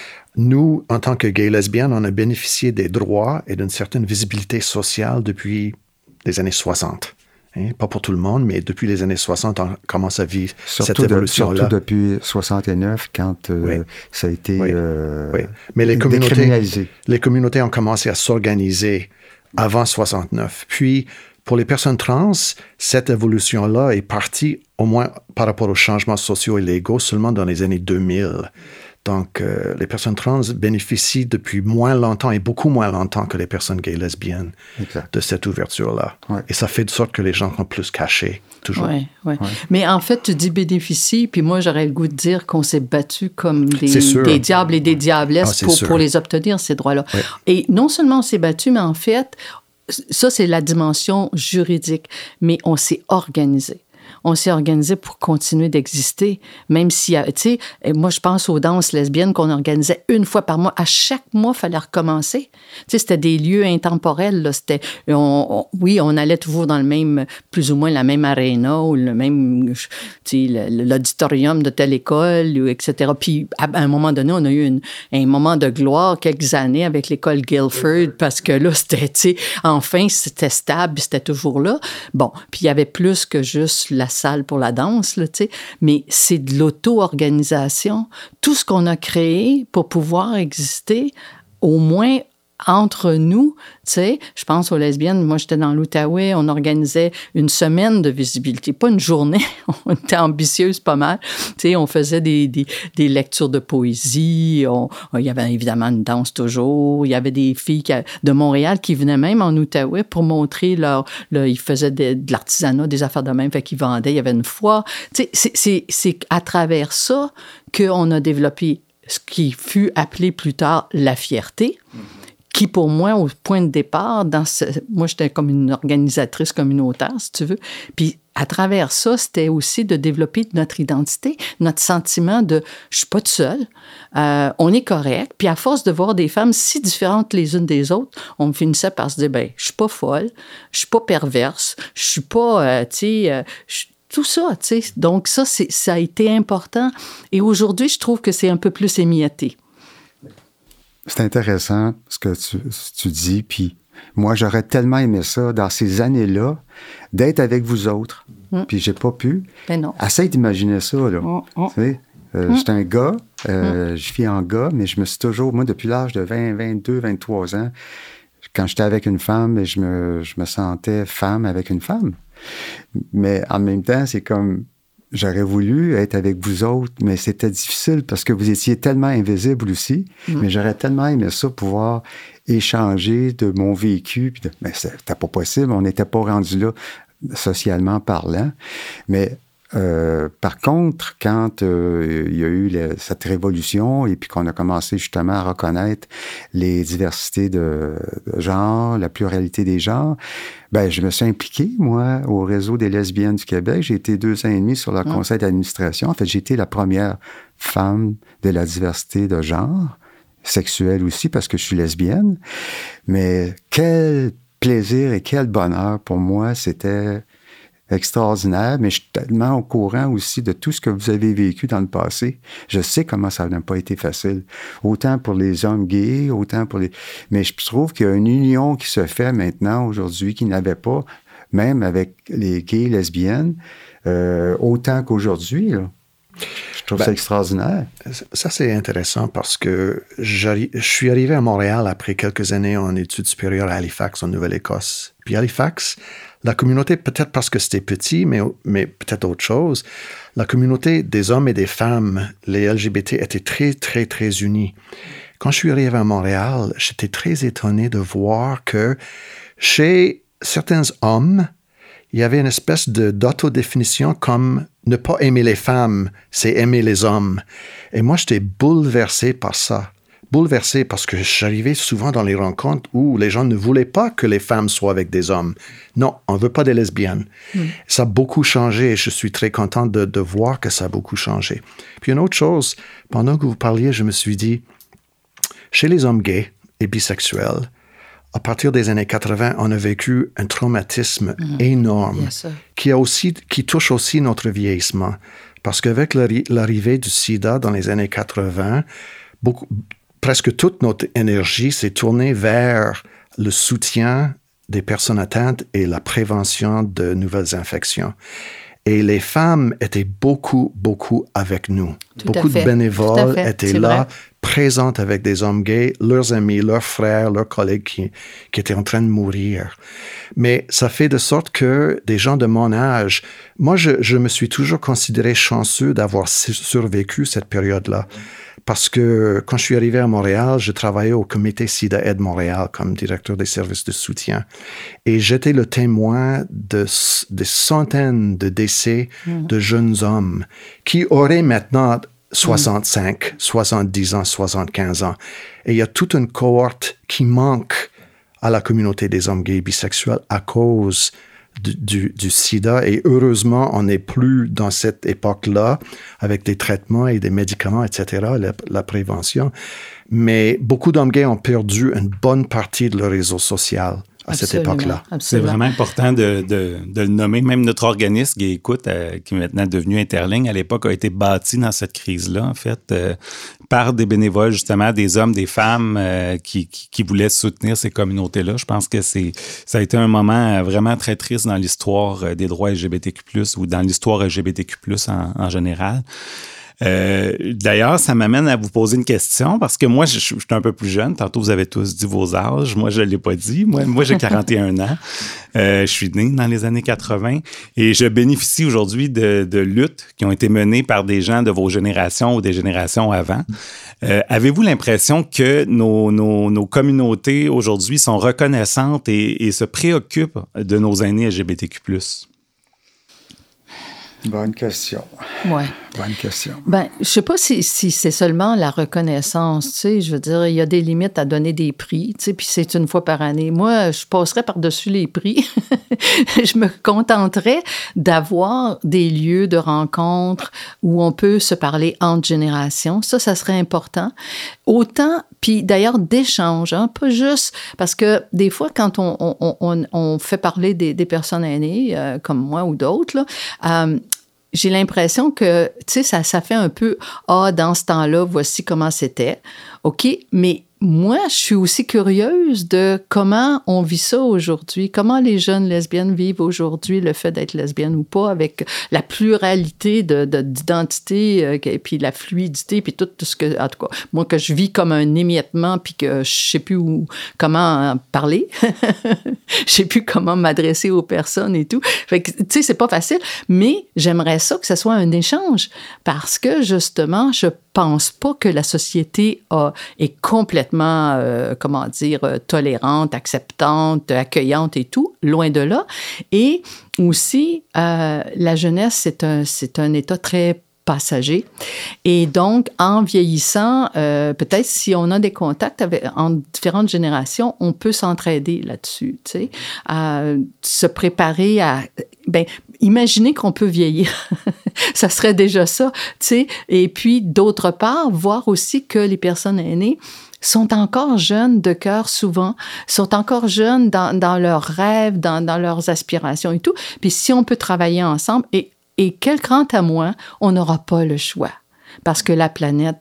nous, en tant que gays lesbiennes, on a bénéficié des droits et d'une certaine visibilité sociale depuis les années soixante. Hein? Pas pour tout le monde, mais depuis les années soixante, on commence à vivre surtout cette évolution-là. De, surtout depuis soixante-neuf, quand euh, oui. ça a été oui. euh, oui. Mais les communautés, les communautés ont commencé à s'organiser avant soixante-neuf. Puis, pour les personnes trans, cette évolution-là est partie, au moins par rapport aux changements sociaux et légaux, seulement dans les années deux mille. Donc, euh, les personnes trans bénéficient depuis moins longtemps et beaucoup moins longtemps que les personnes gays lesbiennes exact. De cette ouverture-là. Ouais. Et ça fait de sorte que les gens sont plus cachés, toujours. Oui, oui. Ouais. Mais en fait, tu dis bénéficie, puis moi, j'aurais le goût de dire qu'on s'est battus comme des, des diables et des diablesses ah, pour, pour les obtenir, ces droits-là. Ouais. Et non seulement on s'est battus, mais en fait, ça, c'est la dimension juridique, mais on s'est organisé. On s'est organisé pour continuer d'exister, même si, tu sais, moi, je pense aux danses lesbiennes qu'on organisait une fois par mois. À chaque mois, il fallait recommencer. Tu sais, c'était des lieux intemporels, là. C'était, on, on, oui, on allait toujours dans le même, plus ou moins la même aréna ou le même, tu sais, l'auditorium de telle école, et cetera. Puis, à un moment donné, on a eu une, un moment de gloire quelques années avec l'école Guilford parce que là, c'était, tu sais, enfin, c'était stable, c'était toujours là. Bon, puis il y avait plus que juste la salle pour la danse, là, tu sais, mais c'est de l'auto-organisation. Tout ce qu'on a créé pour pouvoir exister, au moins entre nous, tu sais, je pense aux lesbiennes, moi j'étais dans l'Outaouais, on organisait une semaine de visibilité, pas une journée, on était ambitieuses pas mal, tu sais, on faisait des, des, des lectures de poésie, on, il y avait évidemment une danse toujours, il y avait des filles qui, de Montréal qui venaient même en Outaouais pour montrer leur, leur ils faisaient de, de l'artisanat, des affaires de même, fait qu'ils vendaient, il y avait une foire, tu sais, c'est, c'est, c'est à travers ça qu'on a développé ce qui fut appelé plus tard la fierté, mm-hmm. qui, pour moi, au point de départ, dans ce, moi, j'étais comme une organisatrice communautaire, si tu veux. Puis, à travers ça, c'était aussi de développer notre identité, notre sentiment de « je suis pas toute seule, euh, on est correct ». Puis, à force de voir des femmes si différentes les unes des autres, on finissait par se dire « ben je suis pas folle, je suis pas perverse, je suis pas, euh, tu sais... Euh, tout ça, tu sais. Donc, ça, c'est, ça a été important. Et aujourd'hui, je trouve que c'est un peu plus émietté. C'est intéressant ce que tu, tu dis, puis moi, j'aurais tellement aimé ça, dans ces années-là, d'être avec vous autres, mm. puis j'ai pas pu. Ben non. Essaye d'imaginer ça, là. Mm. Tu sais, euh, mm. j'étais un gars, euh, mm. je suis en gars, mais je me suis toujours, moi, depuis l'âge de vingt, vingt-deux, vingt-trois ans, quand j'étais avec une femme, je me, je me sentais femme avec une femme. Mais en même temps, c'est comme... J'aurais voulu être avec vous autres, mais c'était difficile parce que vous étiez tellement invisibles aussi. Mmh. Mais j'aurais tellement aimé ça, pouvoir échanger de mon vécu. Puis de, mais c'était pas possible, on n'était pas rendu là socialement parlant. Mais euh, par contre, quand euh, il y a eu le, cette révolution et puis qu'on a commencé justement à reconnaître les diversités de, de genre, la pluralité des genres, ben je me suis impliqué, moi, au réseau des lesbiennes du Québec. J'ai été deux ans et demi sur leur mmh. conseil d'administration. En fait, j'ai été la première femme de la diversité de genre, sexuelle aussi, parce que je suis lesbienne. Mais quel plaisir et quel bonheur pour moi, c'était... extraordinaire, mais je suis tellement au courant aussi de tout ce que vous avez vécu dans le passé. Je sais comment ça n'a pas été facile. Autant pour les hommes gays, autant pour les... Mais je trouve qu'il y a une union qui se fait maintenant, aujourd'hui, qui n'avait pas, même avec les gays, lesbiennes, euh, autant qu'aujourd'hui, là. Je trouve ben, ça extraordinaire. Ça, c'est intéressant parce que je suis arrivé à Montréal après quelques années en études supérieures à Halifax, en Nouvelle-Écosse. Puis Halifax, la communauté, peut-être parce que c'était petit, mais, mais peut-être autre chose, la communauté des hommes et des femmes, les L G B T, était très, très, très unie. Quand je suis arrivé à Montréal, j'étais très étonné de voir que chez certains hommes, il y avait une espèce de, d'autodéfinition comme ne pas aimer les femmes, c'est aimer les hommes. Et moi, j'étais bouleversé par ça. Bouleversé parce que j'arrivais souvent dans les rencontres où les gens ne voulaient pas que les femmes soient avec des hommes. Non, on ne veut pas des lesbiennes. Mm. Ça a beaucoup changé et je suis très content de, de voir que ça a beaucoup changé. Puis une autre chose, pendant que vous parliez, je me suis dit, chez les hommes gays et bisexuels, à partir des années quatre-vingt, on a vécu un traumatisme mmh. énorme qui, a aussi, qui touche aussi notre vieillissement. Parce qu'avec l'arrivée du sida dans les années quatre-vingt, beaucoup, presque toute notre énergie s'est tournée vers le soutien des personnes atteintes et la prévention de nouvelles infections. Et les femmes étaient beaucoup, beaucoup avec nous. Tout beaucoup de bénévoles étaient C'est là, vrai. présentes avec des hommes gays, leurs amis, leurs frères, leurs collègues qui, qui étaient en train de mourir. Mais ça fait de sorte que des gens de mon âge, moi, je, je me suis toujours considéré chanceux d'avoir survécu cette période-là. Parce que quand je suis arrivé à Montréal, je travaillais au comité SIDA-Aide Montréal comme directeur des services de soutien. Et j'étais le témoin de des centaines de décès mmh. de jeunes hommes qui auraient maintenant soixante-cinq, mmh. soixante-dix ans, soixante-quinze ans. Et il y a toute une cohorte qui manque à la communauté des hommes gays et bisexuels à cause Du, du, du sida. Et heureusement, on n'est plus dans cette époque-là avec des traitements et des médicaments, et cetera, la, la prévention. Mais beaucoup d'hommes gays ont perdu une bonne partie de leur réseau social à Absolument, cette époque-là. C'est absolument. vraiment important de, de, de le nommer. Même notre organisme, Gay Écoute, euh, qui est maintenant devenu Interligne, à l'époque a été bâti dans cette crise-là, en fait, euh, par des bénévoles, justement, des hommes, des femmes euh, qui, qui, qui voulaient soutenir ces communautés-là. Je pense que c'est ça a été un moment vraiment très triste dans l'histoire des droits L G B T Q plus, ou dans l'histoire L G B T Q plus en, en général. Euh, d'ailleurs, ça m'amène à vous poser une question parce que moi, je, je suis un peu plus jeune. Tantôt, vous avez tous dit vos âges. Moi, je ne l'ai pas dit. Moi, moi j'ai quarante et un ans. Euh, je suis né dans les années quatre-vingt et je bénéficie aujourd'hui de, de luttes qui ont été menées par des gens de vos générations ou des générations avant. Euh, avez-vous l'impression que nos, nos, nos communautés aujourd'hui sont reconnaissantes et, et se préoccupent de nos aînés L G B T Q plus? Bonne question. Ouais. Bonne question. Ben, je sais pas si, si c'est seulement la reconnaissance, tu sais, je veux dire, il y a des limites à donner des prix, tu sais, puis c'est une fois par année. Moi, je passerais par-dessus les prix. Je me contenterais d'avoir des lieux de rencontre où on peut se parler entre générations. Ça, ça serait important. Autant, puis d'ailleurs, d'échange, hein, pas juste, parce que des fois, quand on, on, on, on fait parler des, des personnes aînées, euh, comme moi ou d'autres, là, euh, j'ai l'impression que, tu sais, ça, ça fait un peu « Ah, dans ce temps-là, voici comment c'était. » OK, mais moi, je suis aussi curieuse de comment on vit ça aujourd'hui, comment les jeunes lesbiennes vivent aujourd'hui le fait d'être lesbienne ou pas, avec la pluralité de, de, d'identité, euh, et puis la fluidité, puis tout, tout ce que, en tout cas, moi, que je vis comme un émiettement, puis que je sais plus où, comment parler, je sais plus comment m'adresser aux personnes et tout. Fait que, tu sais, c'est pas facile, mais j'aimerais ça que ce soit un échange, parce que, justement, je pense pas que la société a, est complètement, euh, comment dire, euh, tolérante, acceptante, accueillante et tout, loin de là. Et aussi, euh, la jeunesse, c'est un, c'est un état très passager. Et donc, en vieillissant, euh, peut-être si on a des contacts avec, en différentes générations, on peut s'entraider là-dessus, tu sais, à se préparer à... Ben, imaginez qu'on peut vieillir. Ça serait déjà ça, tu sais. Et puis, d'autre part, voir aussi que les personnes aînées sont encore jeunes de cœur souvent, sont encore jeunes dans, dans leurs rêves, dans, dans leurs aspirations et tout. Puis si on peut travailler ensemble, et, et quel grand à moi, on n'aura pas le choix. Parce que la planète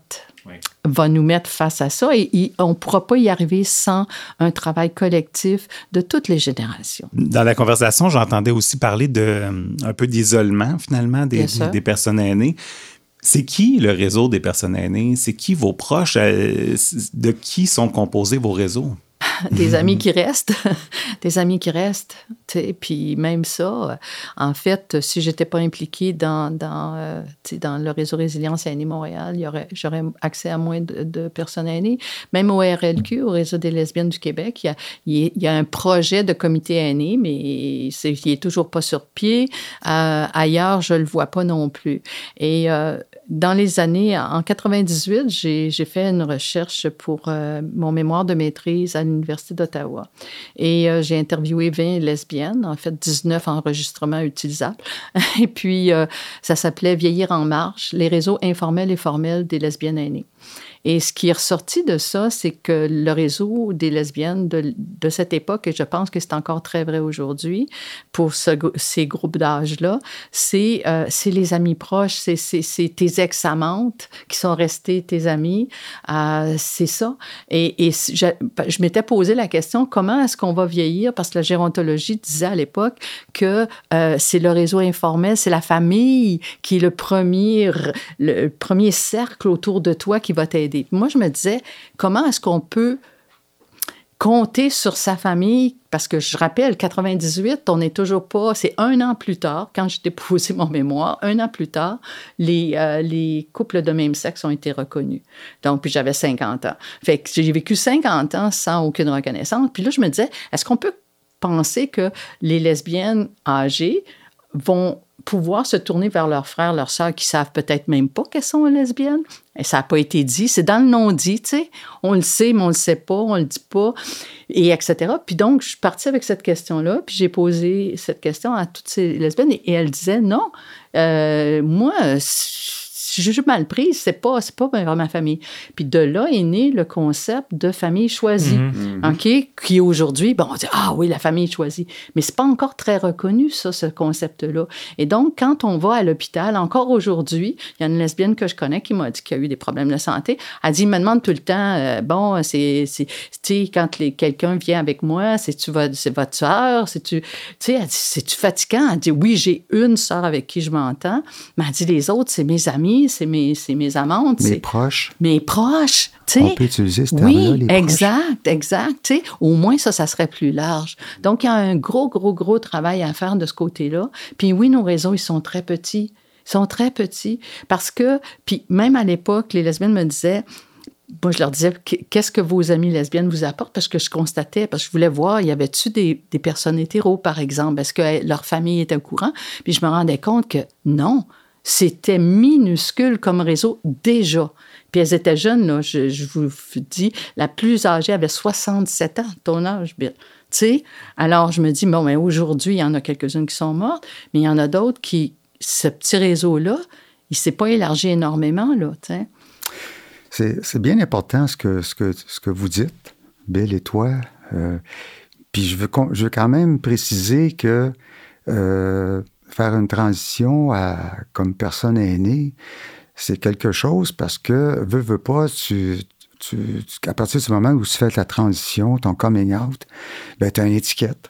oui. va nous mettre face à ça et, et on ne pourra pas y arriver sans un travail collectif de toutes les générations. Dans la conversation, j'entendais aussi parler de, un peu d'isolement, finalement, des, des, des personnes aînées. C'est qui le réseau des personnes aînées? C'est qui vos proches? De qui sont composés vos réseaux? Des amis qui restent, des amis qui restent. Puis même ça, en fait, si je n'étais pas impliquée dans, dans, euh, dans le réseau Résilience Aînée Montréal, y aurait, j'aurais accès à moins de, de personnes aînées. Même au R L Q, au Réseau des lesbiennes du Québec, il y a, il y a un projet de comité aîné, mais c'est, il n'est toujours pas sur pied. Euh, ailleurs, je ne le vois pas non plus. Et euh, dans les années, en quatre-vingt-dix-huit, j'ai, j'ai fait une recherche pour euh, mon mémoire de maîtrise à l'Université d'Ottawa. Et euh, j'ai interviewé vingt lesbiennes, en fait dix-neuf enregistrements utilisables. Et puis, euh, ça s'appelait « Vieillir en marche, les réseaux informels et formels des lesbiennes aînées ». Et ce qui est ressorti de ça, c'est que le réseau des lesbiennes de, de cette époque, et je pense que c'est encore très vrai aujourd'hui, pour ce, ces groupes d'âge-là, c'est, euh, c'est les amis proches, c'est, c'est, c'est tes ex-amantes qui sont restées tes amies, euh, c'est ça. Et, et je, je m'étais posé la question, comment est-ce qu'on va vieillir? Parce que la gérontologie disait à l'époque que euh, c'est le réseau informel, c'est la famille qui est le premier, le premier cercle autour de toi qui va t'aider. Moi, je me disais, comment est-ce qu'on peut compter sur sa famille? Parce que je rappelle, quatre-vingt-dix-huit, on n'est toujours pas... C'est un an plus tard, quand j'ai déposé mon mémoire, un an plus tard, les, euh, les couples de même sexe ont été reconnus. Donc, puis j'avais cinquante ans. Fait que j'ai vécu cinquante ans sans aucune reconnaissance. Puis là, je me disais, est-ce qu'on peut penser que les lesbiennes âgées vont pouvoir se tourner vers leurs frères, leurs sœurs qui savent peut-être même pas qu'elles sont lesbiennes? Et ça n'a pas été dit. C'est dans le non-dit, tu sais. On le sait, mais on le sait pas, on le dit pas, et et cetera. Puis donc, je suis partie avec cette question-là, puis j'ai posé cette question à toutes ces lesbiennes, et, et elles disaient, non, euh, moi, je suis mal prise, c'est pas, c'est pas vraiment ma famille. Puis de là est né le concept de famille choisie, mm-hmm. OK? Qui aujourd'hui, bon, on dit, ah oui, la famille choisie. Mais c'est pas encore très reconnu, ça, ce concept-là. Et donc, quand on va à l'hôpital, encore aujourd'hui, il y a une lesbienne que je connais qui m'a dit qu'il y a eu des problèmes de santé. Elle dit, il me demande tout le temps, euh, bon, c'est, c'est tu sais, quand les, quelqu'un vient avec moi, c'est-tu votre, c'est votre sœur? C'est-tu, tu sais, elle dit, c'est-tu fatigant? Elle dit, oui, j'ai une sœur avec qui je m'entends, mais elle dit, les autres, c'est mes amis, c'est mes, c'est mes amantes. Mes c'est proches. Mes proches. T'sais, on peut utiliser ce terme-là, oui, les proches. exact, exact. T'sais, au moins, ça, ça serait plus large. Donc, il y a un gros, gros, gros travail à faire de ce côté-là. Puis oui, nos réseaux, ils sont très petits. Ils sont très petits parce que, puis même à l'époque, les lesbiennes me disaient, moi, je leur disais, qu'est-ce que vos amies lesbiennes vous apportent? Parce que je constatais, parce que je voulais voir, y avait-tu des, des personnes hétéros, par exemple? Est-ce que leur famille était au courant? Puis je me rendais compte que non. C'était minuscule comme réseau déjà. Puis elles étaient jeunes, là, je, je vous dis, la plus âgée avait soixante-sept ans, ton âge, Bill. Tu sais, alors je me dis, bon, mais aujourd'hui, il y en a quelques-unes qui sont mortes, mais il y en a d'autres qui, ce petit réseau-là, il ne s'est pas élargi énormément, là, tu sais. C'est, c'est bien important ce que, ce, que, ce que vous dites, Bill et toi. Euh, puis je veux, je veux quand même préciser que... Euh, faire une transition à, comme personne aînée, c'est quelque chose parce que, veux, veux pas, tu, tu, tu, à partir du moment où tu fais ta transition, ton coming out, ben, tu as une étiquette.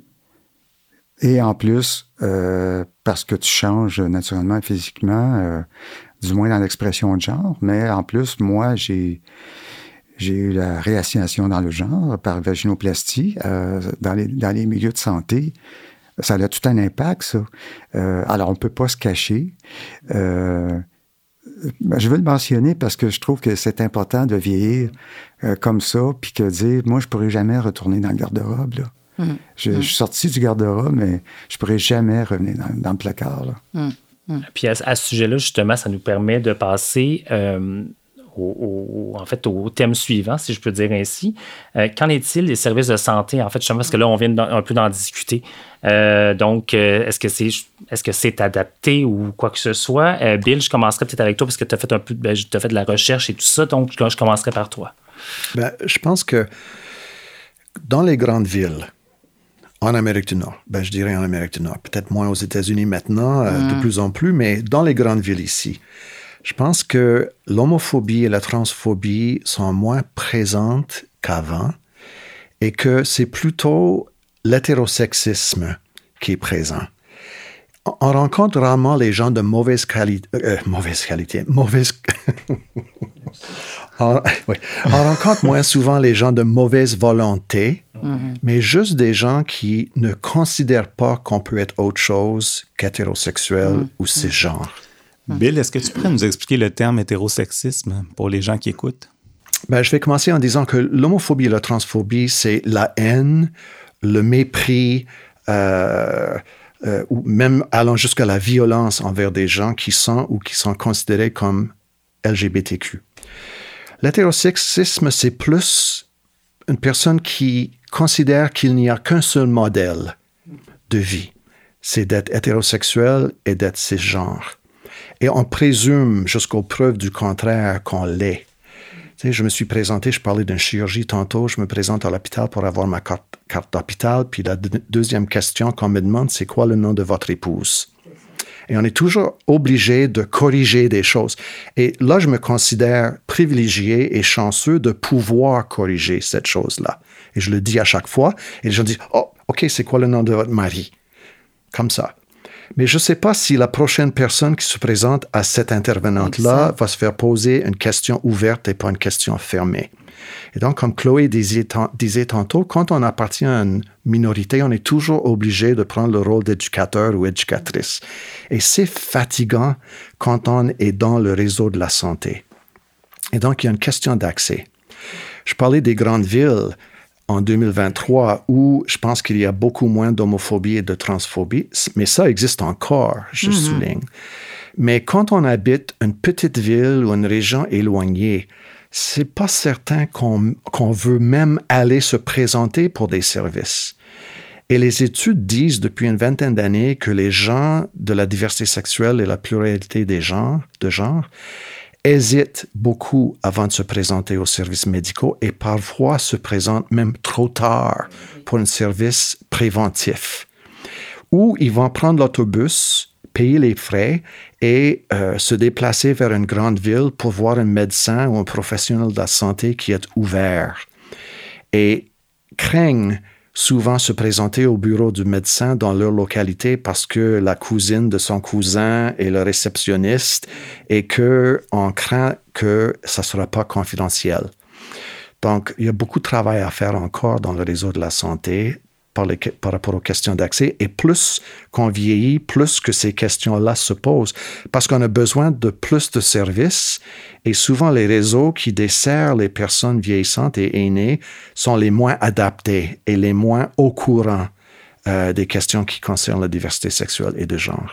Et en plus, euh, parce que tu changes naturellement, physiquement, euh, du moins dans l'expression de genre, mais en plus, moi, j'ai... J'ai eu la réassignation dans le genre par vaginoplastie euh, dans, les, dans les milieux de santé. Ça a tout un impact, ça. Euh, alors, on ne peut pas se cacher. Euh, je veux le mentionner parce que je trouve que c'est important de vieillir euh, comme ça, puis que dire, moi, je ne pourrais jamais retourner dans le garde-robe, là. Mmh. Je, mmh. je suis sorti du garde-robe, mais je ne pourrais jamais revenir dans, dans le placard, là. Mmh. Mmh. Puis à, à ce sujet-là, justement, ça nous permet de passer... Euh, Au, au, en fait, au thème suivant, si je peux dire ainsi. Euh, qu'en est-il des services de santé? En fait, justement, parce que là, on vient un peu d'en discuter. Euh, donc, euh, est-ce que c'est, est-ce que c'est adapté ou quoi que ce soit? Euh, Bill, je commencerai peut-être avec toi parce que tu as fait un peu, ben, tu as fait de la recherche et tout ça, donc je commencerai par toi. Ben, je pense que dans les grandes villes, en Amérique du Nord, ben, je dirais en Amérique du Nord, peut-être moins aux États-Unis maintenant, euh, mm. de plus en plus, mais dans les grandes villes ici, Je pense que l'homophobie et la transphobie sont moins présentes qu'avant et que c'est plutôt l'hétérosexisme qui est présent. On rencontre rarement les gens de mauvaise qualité, euh, mauvaise qualité, mauvaise... on, oui. on rencontre moins souvent les gens de mauvaise volonté, mm-hmm. mais juste des gens qui ne considèrent pas qu'on peut être autre chose qu'hétérosexuel mm-hmm. ou cisgenre. Bill, est-ce que tu pourrais nous expliquer le terme hétérosexisme pour les gens qui écoutent? Ben, je vais commencer en disant que l'homophobie et la transphobie, c'est la haine, le mépris, euh, euh, ou même allant jusqu'à la violence envers des gens qui sont ou qui sont considérés comme L G B T Q. L'hétérosexisme, c'est plus une personne qui considère qu'il n'y a qu'un seul modèle de vie. C'est d'être hétérosexuel et d'être cisgenre. Et on présume jusqu'aux preuves du contraire qu'on l'est. Tu sais, je me suis présenté, je parlais d'une chirurgie tantôt, je me présente à l'hôpital pour avoir ma carte, carte d'hôpital, puis la de- deuxième question qu'on me demande, c'est quoi le nom de votre épouse? Et on est toujours obligé de corriger des choses. Et là, je me considère privilégié et chanceux de pouvoir corriger cette chose-là. Et je le dis à chaque fois, et les gens disent « Oh, OK, c'est quoi le nom de votre mari? » Comme ça. Mais je ne sais pas si la prochaine personne qui se présente à cette intervenante-là va se faire poser une question ouverte et pas une question fermée. Et donc, comme Chloé disait, disait tantôt, quand on appartient à une minorité, on est toujours obligé de prendre le rôle d'éducateur ou éducatrice. Et c'est fatigant quand on est dans le réseau de la santé. Et donc, il y a une question d'accès. Je parlais des grandes villes en deux mille vingt-trois, où je pense qu'il y a beaucoup moins d'homophobie et de transphobie, mais ça existe encore, je mm-hmm. souligne. Mais quand on habite une petite ville ou une région éloignée, c'est pas certain qu'on, qu'on veut même aller se présenter pour des services. Et les études disent depuis une vingtaine d'années que les gens de la diversité sexuelle et la pluralité des genres, de genre, hésitent beaucoup avant de se présenter aux services médicaux et parfois se présentent même trop tard pour un service préventif. Ou ils vont prendre l'autobus, payer les frais et euh, se déplacer vers une grande ville pour voir un médecin ou un professionnel de la santé qui est ouvert. Et craignent souvent se présenter au bureau du médecin dans leur localité parce que la cousine de son cousin est le réceptionniste et qu'on craint que ça ne sera pas confidentiel. Donc, il y a beaucoup de travail à faire encore dans le réseau de la santé par, les, par rapport aux questions d'accès. Et plus qu'on vieillit, plus que ces questions-là se posent parce qu'on a besoin de plus de services et souvent les réseaux qui desservent les personnes vieillissantes et aînées sont les moins adaptés et les moins au courant euh, des questions qui concernent la diversité sexuelle et de genre.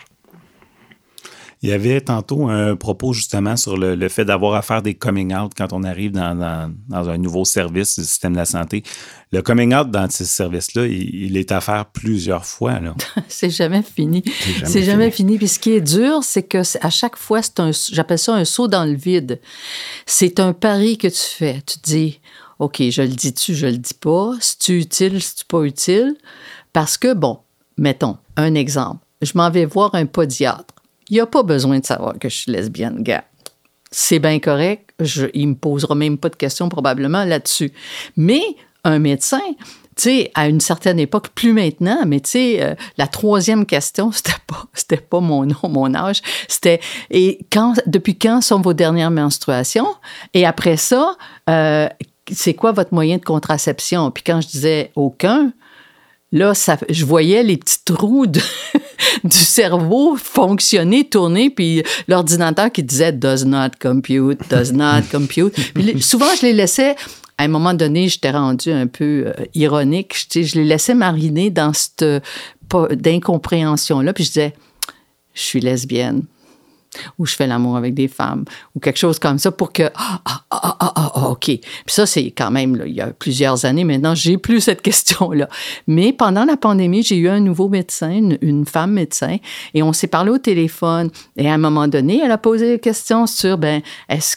Il y avait tantôt un propos justement sur le, le fait d'avoir à faire des coming out quand on arrive dans, dans, dans un nouveau service du système de la santé. Le coming out dans ce service-là, il, il est à faire plusieurs fois. Là. c'est jamais fini. C'est jamais, c'est jamais fini. fini. Puis ce qui est dur, c'est que à chaque fois, c'est un, j'appelle ça un saut dans le vide. C'est un pari que tu fais. Tu te dis, OK, je le dis-tu, je le dis pas. C'est-tu utile, c'est-tu pas utile? Parce que, bon, mettons, un exemple. Je m'en vais voir un podiatre. Il n'a pas besoin de savoir que je suis lesbienne, gars. C'est bien correct. Je, il ne me posera même pas de questions probablement là-dessus. Mais un médecin, tu sais, à une certaine époque, plus maintenant, mais tu sais, euh, la troisième question, c'était pas, c'était pas mon nom, mon âge. C'était, et quand, depuis quand sont vos dernières menstruations? Et après ça, euh, c'est quoi votre moyen de contraception? Puis quand je disais aucun, là, ça, je voyais les petits trous de, du cerveau fonctionner, tourner, puis l'ordinateur qui disait « does not compute, does not compute ». Puis souvent, je les laissais, à un moment donné, j'étais rendue un peu euh, ironique, je, je les laissais mariner dans cette pas, d'incompréhension-là, puis je disais « je suis lesbienne ». Ou je fais l'amour avec des femmes, ou quelque chose comme ça pour que, ah, ah, ah, ah, ah, OK. Puis ça, c'est quand même, là, il y a plusieurs années maintenant, j'ai plus cette question-là. Mais pendant la pandémie, j'ai eu un nouveau médecin, une, une femme médecin, et on s'est parlé au téléphone. Et à un moment donné, elle a posé des questions sur, ben, est-ce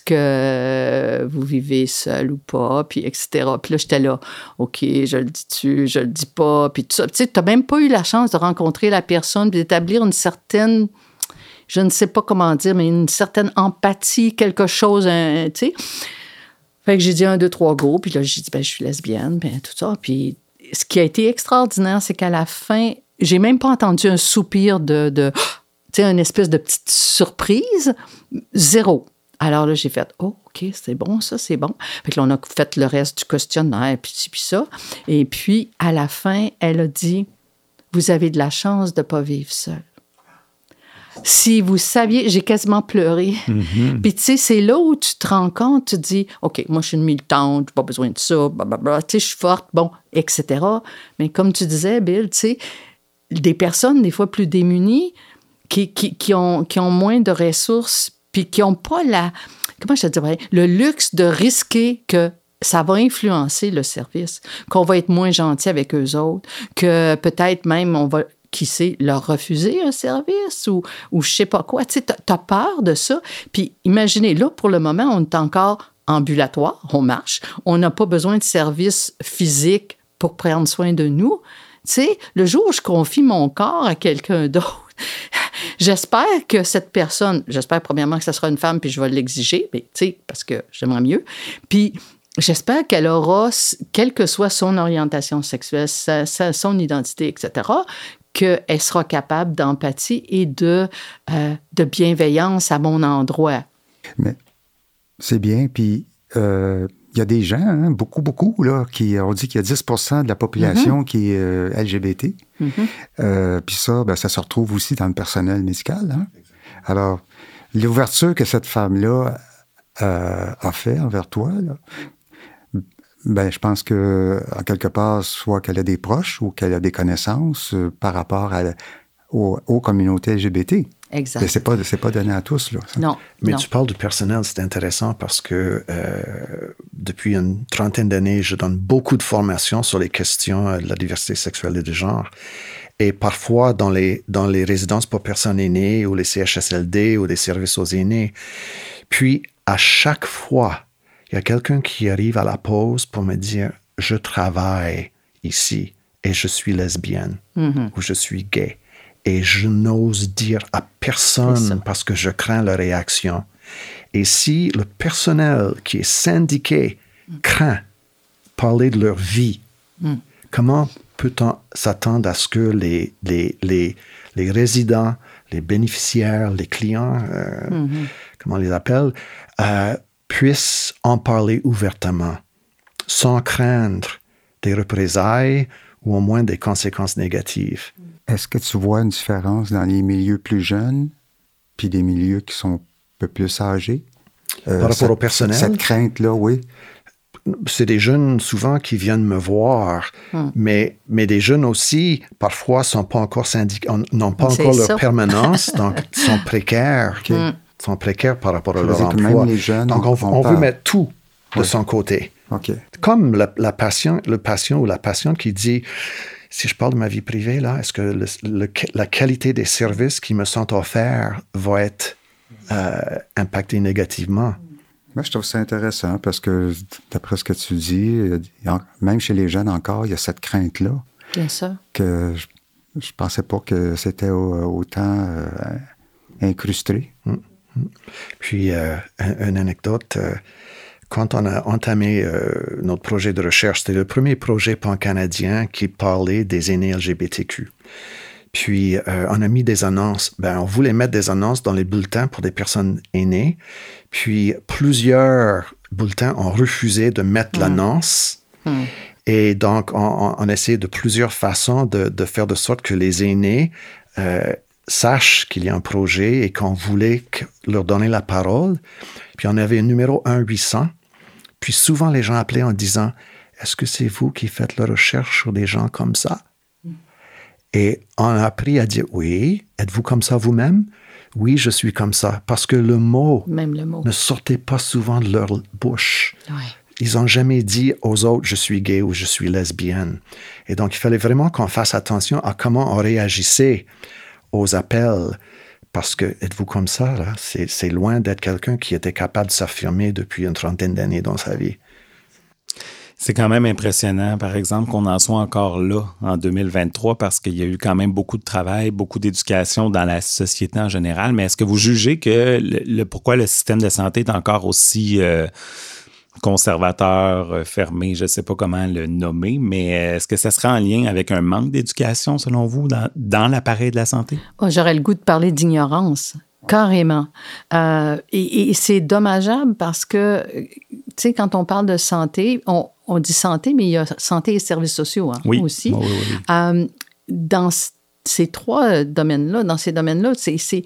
que vous vivez seul ou pas, puis et cetera. Puis là, j'étais là, OK, je le dis-tu, je le dis pas, puis tout ça. Tu sais, t'as même pas eu la chance de rencontrer la personne, puis d'établir une certaine je ne sais pas comment dire, mais une certaine empathie, quelque chose, tu sais. Fait que j'ai dit un, deux, trois go, puis là, j'ai dit, ben, je suis lesbienne, puis tout ça. Puis ce qui a été extraordinaire, c'est qu'à la fin, j'ai même pas entendu un soupir de, de tu sais, une espèce de petite surprise. Zéro. Alors là, j'ai fait, oh, OK, c'est bon, ça, c'est bon. Fait que là, on a fait le reste du questionnaire, puis ci, puis ça. Et puis, à la fin, elle a dit, vous avez de la chance de ne pas vivre seul. Si vous saviez, j'ai quasiment pleuré. Mm-hmm. Puis, tu sais, c'est là où tu te rends compte, tu te dis, OK, moi, je suis une militante, j'ai pas besoin de ça, blablabla, tu sais, je suis forte, bon, et cetera. Mais comme tu disais, Bill, tu sais, des personnes, des fois plus démunies, qui, qui, qui, ont, qui ont moins de ressources, puis qui n'ont pas la, comment je te dirais, le luxe de risquer que ça va influencer le service, qu'on va être moins gentil avec eux autres, que peut-être même on va, qui sait, leur refuser un service ou, ou je sais pas quoi. Tu sais, t'as peur de ça. Puis imaginez, là, pour le moment, on est encore ambulatoire, on marche, on n'a pas besoin de services physiques pour prendre soin de nous. Tu sais, le jour où je confie mon corps à quelqu'un d'autre, j'espère que cette personne, j'espère premièrement que ce sera une femme, puis je vais l'exiger, mais tu sais, parce que j'aimerais mieux. Puis j'espère qu'elle aura, quelle que soit son orientation sexuelle, sa, sa, son identité, et cetera, qu'elle sera capable d'empathie et de, euh, de bienveillance à mon endroit. Mais c'est bien, puis euh, il y a des gens, hein, beaucoup, beaucoup, là, qui ont dit qu'il y a dix pour cent de la population mm-hmm. qui est euh, L G B T. Mm-hmm. Euh, puis ça, ben, ça se retrouve aussi dans le personnel médical. Hein? Alors, l'ouverture que cette femme-là euh, a fait envers toi, là, ben, je pense que, en quelque part, soit qu'elle a des proches ou qu'elle a des connaissances euh, par rapport à, aux, aux communautés L G B T. Exact. Mais c'est pas, c'est pas donné à tous, là. Ça. Non. Mais non. tu parles du personnel, c'est intéressant parce que euh, depuis une trentaine d'années, je donne beaucoup de formations sur les questions de la diversité sexuelle et de genre. Et parfois, dans les, dans les résidences pour personnes aînées ou les C H S L D ou les services aux aînés. Puis, à chaque fois, il y a quelqu'un qui arrive à la pause pour me dire « Je travaille ici et je suis lesbienne mm-hmm. ou je suis gay. » Et je n'ose dire à personne parce que je crains la réaction. Et si le personnel qui est syndiqué mm. craint parler de leur vie, mm. comment peut-on s'attendre à ce que les, les, les, les résidents, les bénéficiaires, les clients, euh, mm-hmm. comment on les appelle, euh, puissent en parler ouvertement, sans craindre des représailles ou au moins des conséquences négatives. Est-ce que tu vois une différence dans les milieux plus jeunes puis des milieux qui sont un peu plus âgés? Euh, Par rapport cette, au personnel? Cette crainte-là, oui. C'est des jeunes souvent qui viennent me voir, hum. mais, mais des jeunes aussi, parfois, sont pas encore syndic... n'ont pas C'est encore ça. Leur permanence, donc sont précaires. Okay. Hum. sont précaires par rapport à leur emploi. Même les jeunes, donc, on, on veut mettre tout de oui. son côté. Okay. Comme la, la patient, le patient ou la patiente qui dit... Si je parle de ma vie privée, là, est-ce que le, le, la qualité des services qui me sont offerts va être euh, impactée négativement? Moi, je trouve ça intéressant parce que, d'après ce que tu dis, même chez les jeunes encore, il y a cette crainte-là. Bien sûr. Que je ne pensais pas que c'était autant euh, incrusté. Mmh. Puis, euh, une anecdote... Euh, Quand on a entamé euh, notre projet de recherche, c'était le premier projet pan-canadien qui parlait des aînés L G B T Q. Puis, euh, on a mis des annonces. Ben, on voulait mettre des annonces dans les bulletins pour des personnes aînées. Puis, plusieurs bulletins ont refusé de mettre mmh. l'annonce. Mmh. Et donc, on, on essayait de plusieurs façons de, de faire de sorte que les aînés euh, sachent qu'il y a un projet et qu'on voulait leur donner la parole. Puis, on avait un numéro un huit cents. Puis, souvent, les gens appelaient en disant « Est-ce que c'est vous qui faites la recherche sur des gens comme ça? Mm. » Et on a appris à dire « Oui, êtes-vous comme ça vous-même? » « Oui, je suis comme ça. » Parce que le mot, Même le mot. ne sortait pas souvent de leur bouche. Ouais. Ils n'ont jamais dit aux autres « Je suis gay » ou « Je suis lesbienne. » Et donc, il fallait vraiment qu'on fasse attention à comment on réagissait aux appels. Parce que, êtes-vous comme ça, là? C'est, c'est loin d'être quelqu'un qui était capable de s'affirmer depuis une trentaine d'années dans sa vie. C'est quand même impressionnant, par exemple, qu'on en soit encore là en deux mille vingt-trois parce qu'il y a eu quand même beaucoup de travail, beaucoup d'éducation dans la société en général. Mais est-ce que vous jugez que le, le pourquoi le système de santé est encore aussi euh, conservateur, euh, fermé, je ne sais pas comment le nommer, mais est-ce que ça serait en lien avec un manque d'éducation, selon vous, dans, dans l'appareil de la santé? Oh, j'aurais le goût de parler d'ignorance. Carrément. Euh, et, et c'est dommageable parce que, tu sais, quand on parle de santé, on, on dit santé, mais il y a santé et services sociaux hein, oui. aussi. Oui, oui, oui. Euh, dans ces trois domaines-là, dans ces domaines-là, c'est, c'est,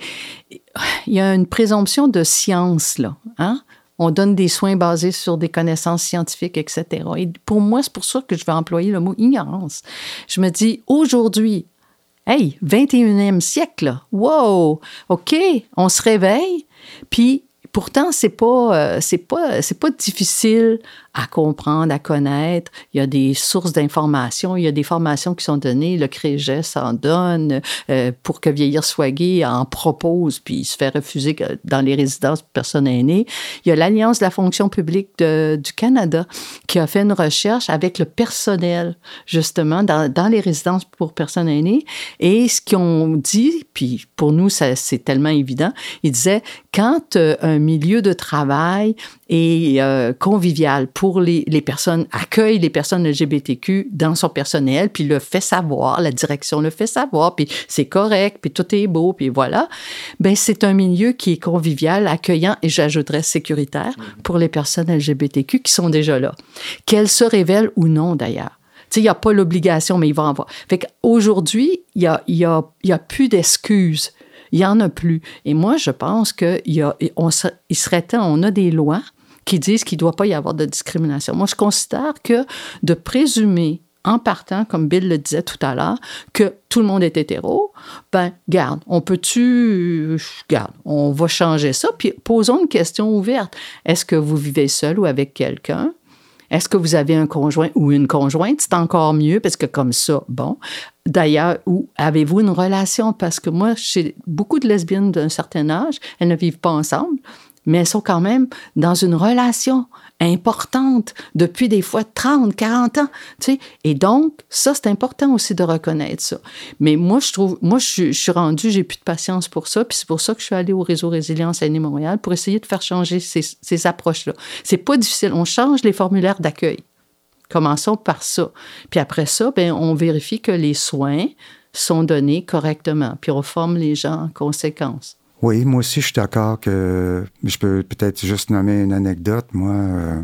il y a une présomption de science, là. Hein? On donne des soins basés sur des connaissances scientifiques, et cetera. Et pour moi, c'est pour ça que je vais employer le mot ignorance. Je me dis, aujourd'hui, hey, vingt et unième siècle, là. Wow! OK, on se réveille, puis pourtant, c'est pas, euh, c'est pas, c'est pas difficile à comprendre, à connaître. Il y a des sources d'informations, il y a des formations qui sont données. Le C R E G E S en donne euh, pour que Vieillir soit gai en propose, puis il se fait refuser dans les résidences pour personnes aînées. Il y a l'Alliance de la fonction publique de, du Canada qui a fait une recherche avec le personnel, justement, dans, dans les résidences pour personnes aînées. Et ce qu'ils ont dit, puis pour nous, ça, c'est tellement évident, ils disaient, quand euh, un milieu de travail est euh, convivial pour les, les personnes, accueille les personnes L G B T Q dans son personnel, puis le fait savoir, la direction le fait savoir, puis c'est correct, puis tout est beau, puis voilà, bien, c'est un milieu qui est convivial, accueillant, et j'ajouterais sécuritaire pour les personnes L G B T Q qui sont déjà là. Qu'elles se révèlent ou non, d'ailleurs. Tu sais, il n'y a pas l'obligation, mais il va en avoir. Fait qu'aujourd'hui, il n'y a, y a, y a plus d'excuses. Il n'y en a plus. Et moi, je pense qu'il y a, on, il serait temps, on a des lois qui disent qu'il ne doit pas y avoir de discrimination. Moi, je considère que de présumer, en partant, comme Bill le disait tout à l'heure, que tout le monde est hétéro, ben, garde, on peut-tu, garde, on va changer ça, puis posons une question ouverte. Est-ce que vous vivez seul ou avec quelqu'un? Est-ce que vous avez un conjoint ou une conjointe? C'est encore mieux, parce que comme ça, bon. D'ailleurs, ou avez-vous une relation? Parce que moi, chez beaucoup de lesbiennes d'un certain âge, elles ne vivent pas ensemble, mais elles sont quand même dans une relation importante depuis des fois trente, quarante ans, tu sais. Et donc, ça, c'est important aussi de reconnaître ça. Mais moi, je trouve, moi, je, je suis rendue, j'ai plus de patience pour ça, puis c'est pour ça que je suis allée au Réseau Résilience Aînés Montréal pour essayer de faire changer ces, ces approches-là. C'est pas difficile. On change les formulaires d'accueil. Commençons par ça. Puis après ça, bien, on vérifie que les soins sont donnés correctement, puis on forme les gens en conséquence. Oui, moi aussi, je suis d'accord que je peux peut-être juste nommer une anecdote, moi, euh,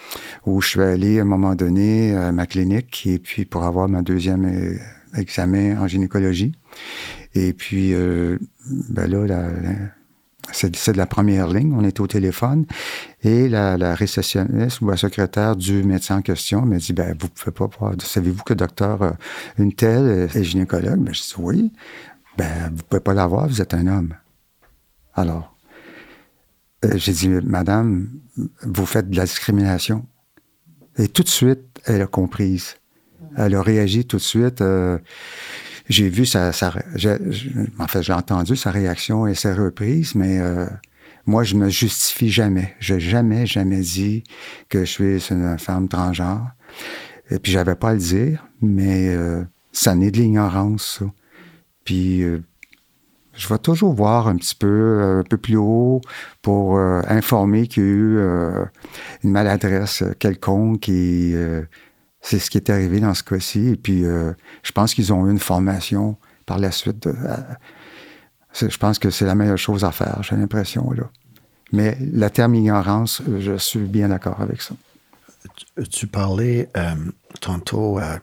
où je suis allé à un moment donné à ma clinique, et puis pour avoir ma deuxième euh, examen en gynécologie. Et puis, euh, ben là, la, la, c'est, c'est de la première ligne, on était au téléphone, et la, la réceptionniste ou la secrétaire du médecin en question m'a dit, ben vous pouvez pas voir, savez-vous que docteur euh, une telle est gynécologue? Ben je dis oui. Ben vous pouvez pas la voir, vous êtes un homme. Alors, euh, j'ai dit, madame, vous faites de la discrimination. Et tout de suite, elle a comprise. Elle a réagi tout de suite. Euh, j'ai vu sa, sa j'ai, en fait, j'ai entendu sa réaction et ses reprises, mais euh, moi, je me justifie jamais. Je n'ai jamais, jamais dit que je suis une femme transgenre. Et puis, j'avais pas à le dire, mais euh, ça naît de l'ignorance, ça. Puis, euh, je vais toujours voir un petit peu, un peu plus haut pour euh, informer qu'il y a eu euh, une maladresse quelconque et euh, c'est ce qui est arrivé dans ce cas-ci. Et puis, euh, je pense qu'ils ont eu une formation par la suite. De, euh, je pense que c'est la meilleure chose à faire, j'ai l'impression, là. Mais la terme ignorance, je suis bien d'accord avec ça. Tu, tu parlais euh, tantôt euh,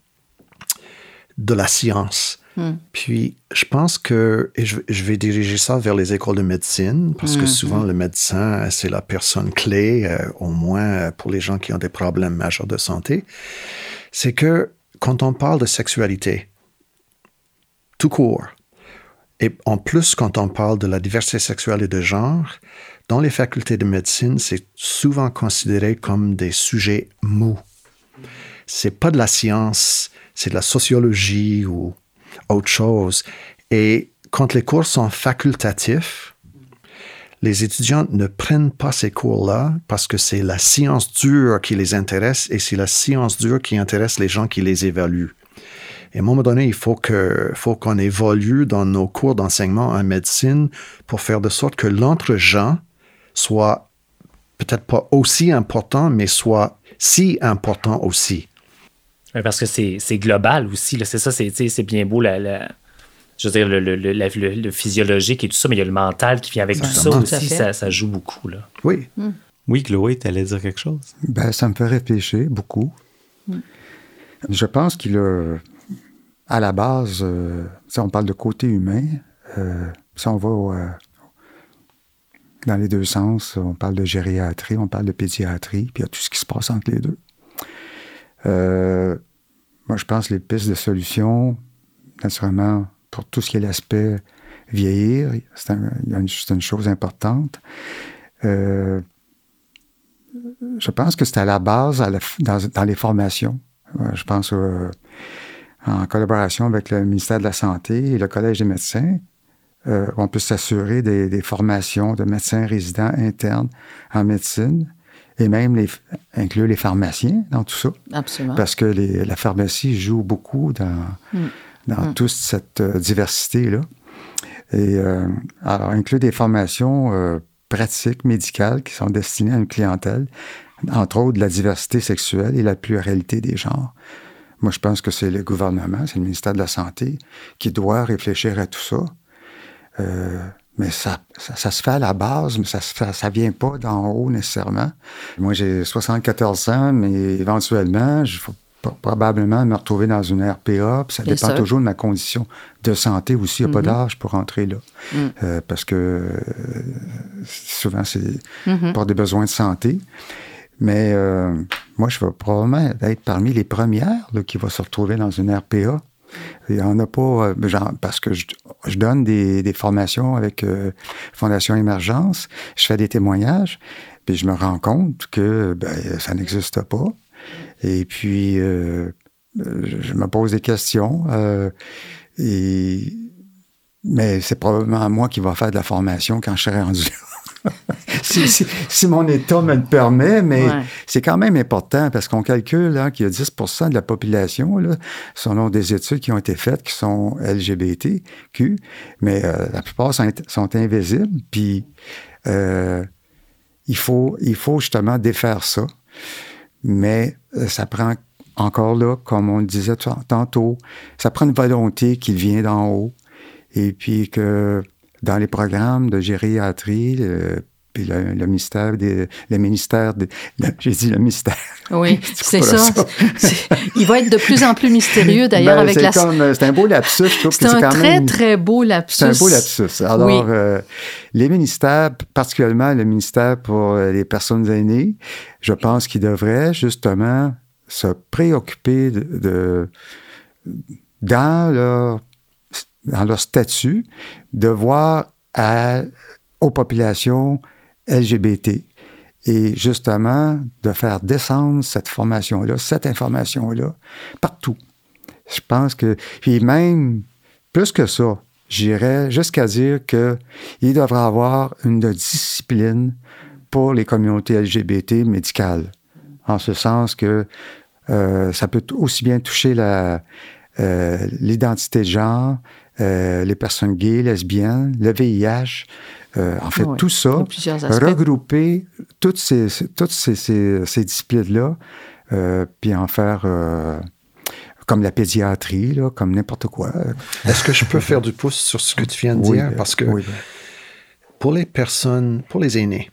de la science. Mm. Puis, je pense que, et je, je vais diriger ça vers les écoles de médecine, parce mm-hmm. que souvent, le médecin, c'est la personne clé, euh, au moins pour les gens qui ont des problèmes majeurs de santé. C'est que quand on parle de sexualité, tout court, et en plus, quand on parle de la diversité sexuelle et de genre, dans les facultés de médecine, c'est souvent considéré comme des sujets mous. C'est pas de la science, c'est de la sociologie ou autre chose. Et quand les cours sont facultatifs, les étudiants ne prennent pas ces cours-là parce que c'est la science dure qui les intéresse et c'est la science dure qui intéresse les gens qui les évaluent. Et à un moment donné, il faut, que, faut qu'on évolue dans nos cours d'enseignement en médecine pour faire de sorte que l'entre-gens soit peut-être pas aussi important, mais soit si important aussi. Parce que c'est, c'est global aussi. Là. C'est ça, c'est, c'est bien beau, la, la, je veux dire, le, le, le, le, le physiologique et tout ça, mais il y a le mental qui vient avec tout ça aussi. Ça, ça joue beaucoup. Là. Oui. Mm. Oui, Chloé, tu allais dire quelque chose? Ben, ça me fait réfléchir beaucoup. Mm. Je pense qu'il a, à la base, euh, si on parle de côté humain, euh, si on va euh, dans les deux sens, on parle de gériatrie, on parle de pédiatrie, puis il y a tout ce qui se passe entre les deux. Euh, moi, je pense que les pistes de solution, naturellement, pour tout ce qui est l'aspect vieillir, c'est, un, c'est une chose importante. Euh, je pense que c'est à la base à la, dans, dans les formations. Je pense euh, en collaboration avec le ministère de la Santé et le Collège des médecins, euh, on peut s'assurer des, des formations de médecins résidents internes en médecine et même les, inclure les pharmaciens dans tout ça. Absolument. Parce que les, la pharmacie joue beaucoup dans, mm. dans mm. toute cette euh, diversité-là. Et euh, alors, inclure des formations euh, pratiques, médicales, qui sont destinées à une clientèle, entre autres de la diversité sexuelle et la pluralité des genres. Moi, je pense que c'est le gouvernement, c'est le ministère de la Santé qui doit réfléchir à tout ça. Euh, mais ça, ça, ça se fait à la base, mais ça ne ça vient pas d'en haut nécessairement. Moi, j'ai soixante-quatorze ans, mais éventuellement, je vais probablement me retrouver dans une R P A, puis ça Bien dépend sûr. toujours de ma condition de santé aussi. Il n'y a mm-hmm. pas d'âge pour rentrer là. Mm. Euh, parce que euh, souvent, c'est mm-hmm. pour des besoins de santé. Mais euh, moi, je vais probablement être parmi les premières là, qui vont se retrouver dans une R P A. Il n'y en a pas, euh, genre, parce que je, je donne des, des formations avec euh, Fondation Émergence, je fais des témoignages, puis je me rends compte que ben, ça n'existe pas. Et puis, euh, je me pose des questions, euh, et, mais c'est probablement moi qui va faire de la formation quand je serai rendu là. si, si, si mon état me le permet, mais ouais. c'est quand même important parce qu'on calcule hein, qu'il y a dix pour cent de la population, là, selon des études qui ont été faites, qui sont L G B T Q, mais euh, la plupart sont, sont invisibles, puis euh, il faut, il faut justement défaire ça. Mais euh, ça prend encore là, comme on le disait t- tantôt, ça prend une volonté qui vient d'en haut, et puis que dans les programmes de gériatrie, euh, puis le, le ministère des, le ministère des, le, j'ai dit le ministère. Oui, c'est ça. ça. C'est, il va être de plus en plus mystérieux d'ailleurs ben, avec c'est la. Comme, c'est un beau lapsus. Je trouve c'est que un c'est quand très même, très beau lapsus. C'est un beau lapsus. Alors, oui. euh, les ministères, particulièrement le ministère pour les personnes aînées, je pense qu'ils devraient justement se préoccuper de, de dans leur dans leur statut, de voir à, aux populations L G B T et justement de faire descendre cette formation-là, cette information-là, partout. Je pense que, puis même, plus que ça, j'irais jusqu'à dire qu'il devrait y avoir une discipline pour les communautés L G B T médicales, en ce sens que euh, ça peut aussi bien toucher la, euh, l'identité de genre, Euh, les personnes gays, lesbiennes, le V I H, euh, en fait, oui, tout ça, regrouper toutes ces, toutes ces, ces, ces disciplines-là, euh, puis en faire euh, comme la pédiatrie, là, comme n'importe quoi. Est-ce que je peux faire du pouce sur ce que tu viens de oui, dire? Parce que oui. pour les personnes, pour les aînés,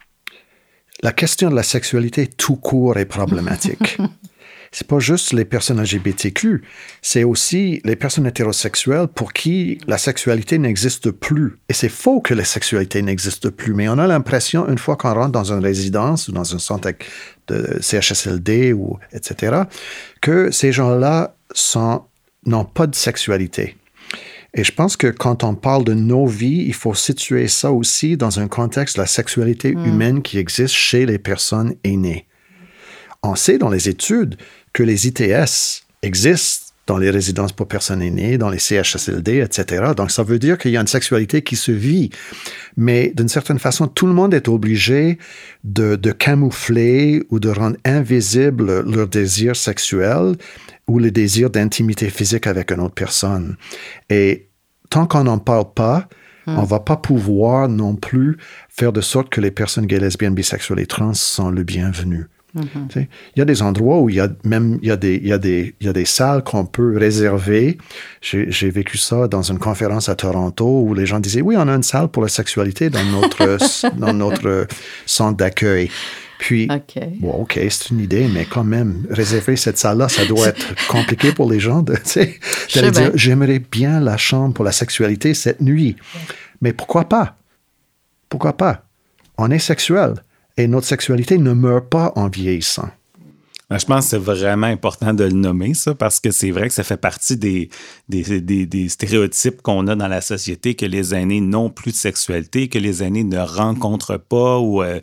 la question de la sexualité tout court est problématique. C'est pas juste les personnes L G B T Q, c'est aussi les personnes hétérosexuelles pour qui la sexualité n'existe plus. Et c'est faux que la sexualité n'existe plus, mais on a l'impression, une fois qu'on rentre dans une résidence ou dans un centre de C H S L D, ou et cetera, que ces gens-là sont, n'ont pas de sexualité. Et je pense que quand on parle de nos vies, il faut situer ça aussi dans un contexte de la sexualité mmh. humaine qui existe chez les personnes aînées. On sait dans les études que les I T S existent dans les résidences pour personnes aînées, dans les C H S L D, et cetera. Donc, ça veut dire qu'il y a une sexualité qui se vit. Mais d'une certaine façon, tout le monde est obligé de, de camoufler ou de rendre invisible leur désir sexuel ou le désir d'intimité physique avec une autre personne. Et tant qu'on n'en parle pas, hum. on ne va pas pouvoir non plus faire de sorte que les personnes gays, lesbiennes, bisexuelles et trans sont le bienvenu. Mm-hmm. Il y a des endroits où il y a même il y a des, il y a des, il y a des salles qu'on peut réserver. J'ai, j'ai vécu ça dans une conférence à Toronto où les gens disaient « Oui, on a une salle pour la sexualité dans notre, dans notre centre d'accueil. » Puis, okay. bon, OK, c'est une idée, mais quand même, réserver cette salle-là, ça doit être compliqué pour les gens. De, d'aller dire « J'aimerais bien la chambre pour la sexualité cette nuit. » Mais pourquoi pas? Pourquoi pas? On est sexuel. Et notre sexualité ne meurt pas en vieillissant. Je pense que c'est vraiment important de le nommer, ça, parce que c'est vrai que ça fait partie des, des, des, des stéréotypes qu'on a dans la société, que les aînés n'ont plus de sexualité, que les aînés ne rencontrent pas. Ou, euh,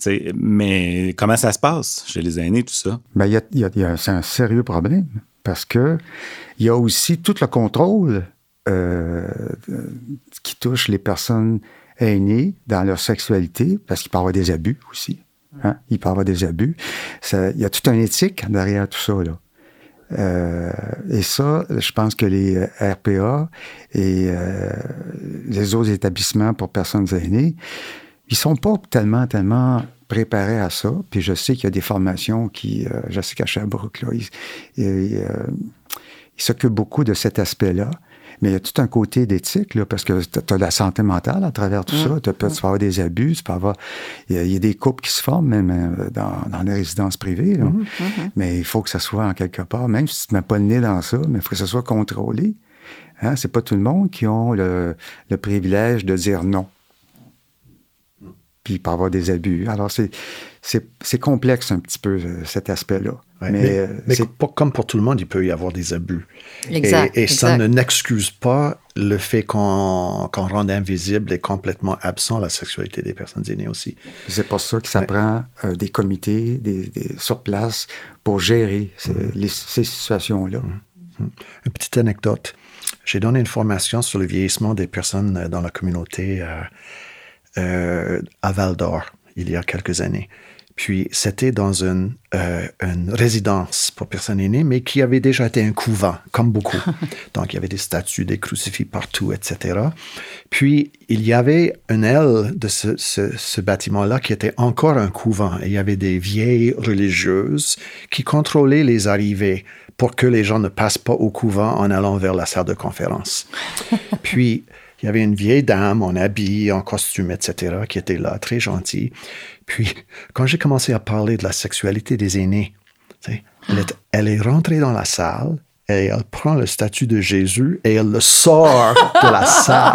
mais comment ça se passe chez les aînés, tout ça? Bien, y a, y a, y a, c'est un sérieux problème, parce que il y a aussi tout le contrôle euh, qui touche les personnes aînés dans leur sexualité, parce qu'il peut y avoir des abus aussi. Hein? Il peut y avoir des abus. Ça, il y a toute une éthique derrière tout ça, là. Euh, et ça, je pense que les R P A et euh, les autres établissements pour personnes aînées, ils sont pas tellement, tellement préparés à ça. Puis je sais qu'il y a des formations qui... Euh, je sais qu'à Sherbrooke, là, ils, ils, euh, ils s'occupent beaucoup de cet aspect-là. Mais il y a tout un côté d'éthique, là, parce que tu as la santé mentale à travers tout mmh. ça. Tu peux mmh. avoir des abus, tu peux avoir... Il y, a, il y a des couples qui se forment même dans, dans les résidences privées. Là. Mmh. Mais il faut que ça soit en quelque part, même si tu ne mets pas le nez dans ça, mais il faut que ça soit contrôlé. Hein? C'est pas tout le monde qui a le, le privilège de dire non. Puis il peut y avoir des abus. Alors, c'est, c'est, c'est complexe un petit peu, cet aspect-là. Ouais, mais mais, mais c'est... Pas, comme pour tout le monde, il peut y avoir des abus. Exact. Et, et exact. ça ne n'excuse pas le fait qu'on, qu'on rende invisible et complètement absent la sexualité des personnes aînées aussi. C'est pour ça que ça ouais. prend euh, des comités des, des, sur place pour gérer ces, mmh. les, ces situations-là. Mmh. Une petite anecdote. J'ai donné une formation sur le vieillissement des personnes dans la communauté euh, euh, à Val-d'Or il y a quelques années. Puis, c'était dans une, euh, une résidence pour personnes aînées, mais qui avait déjà été un couvent, comme beaucoup. Donc, il y avait des statues, des crucifix partout, et cetera. Puis, il y avait une aile de ce, ce, ce bâtiment-là qui était encore un couvent. Et il y avait des vieilles religieuses qui contrôlaient les arrivées pour que les gens ne passent pas au couvent en allant vers la salle de conférence. Puis, il y avait une vieille dame en habit, en costume, et cetera, qui était là, très gentille. Puis, quand j'ai commencé à parler de la sexualité des aînés, elle est, elle est rentrée dans la salle et elle prend le statut de Jésus et elle le sort de la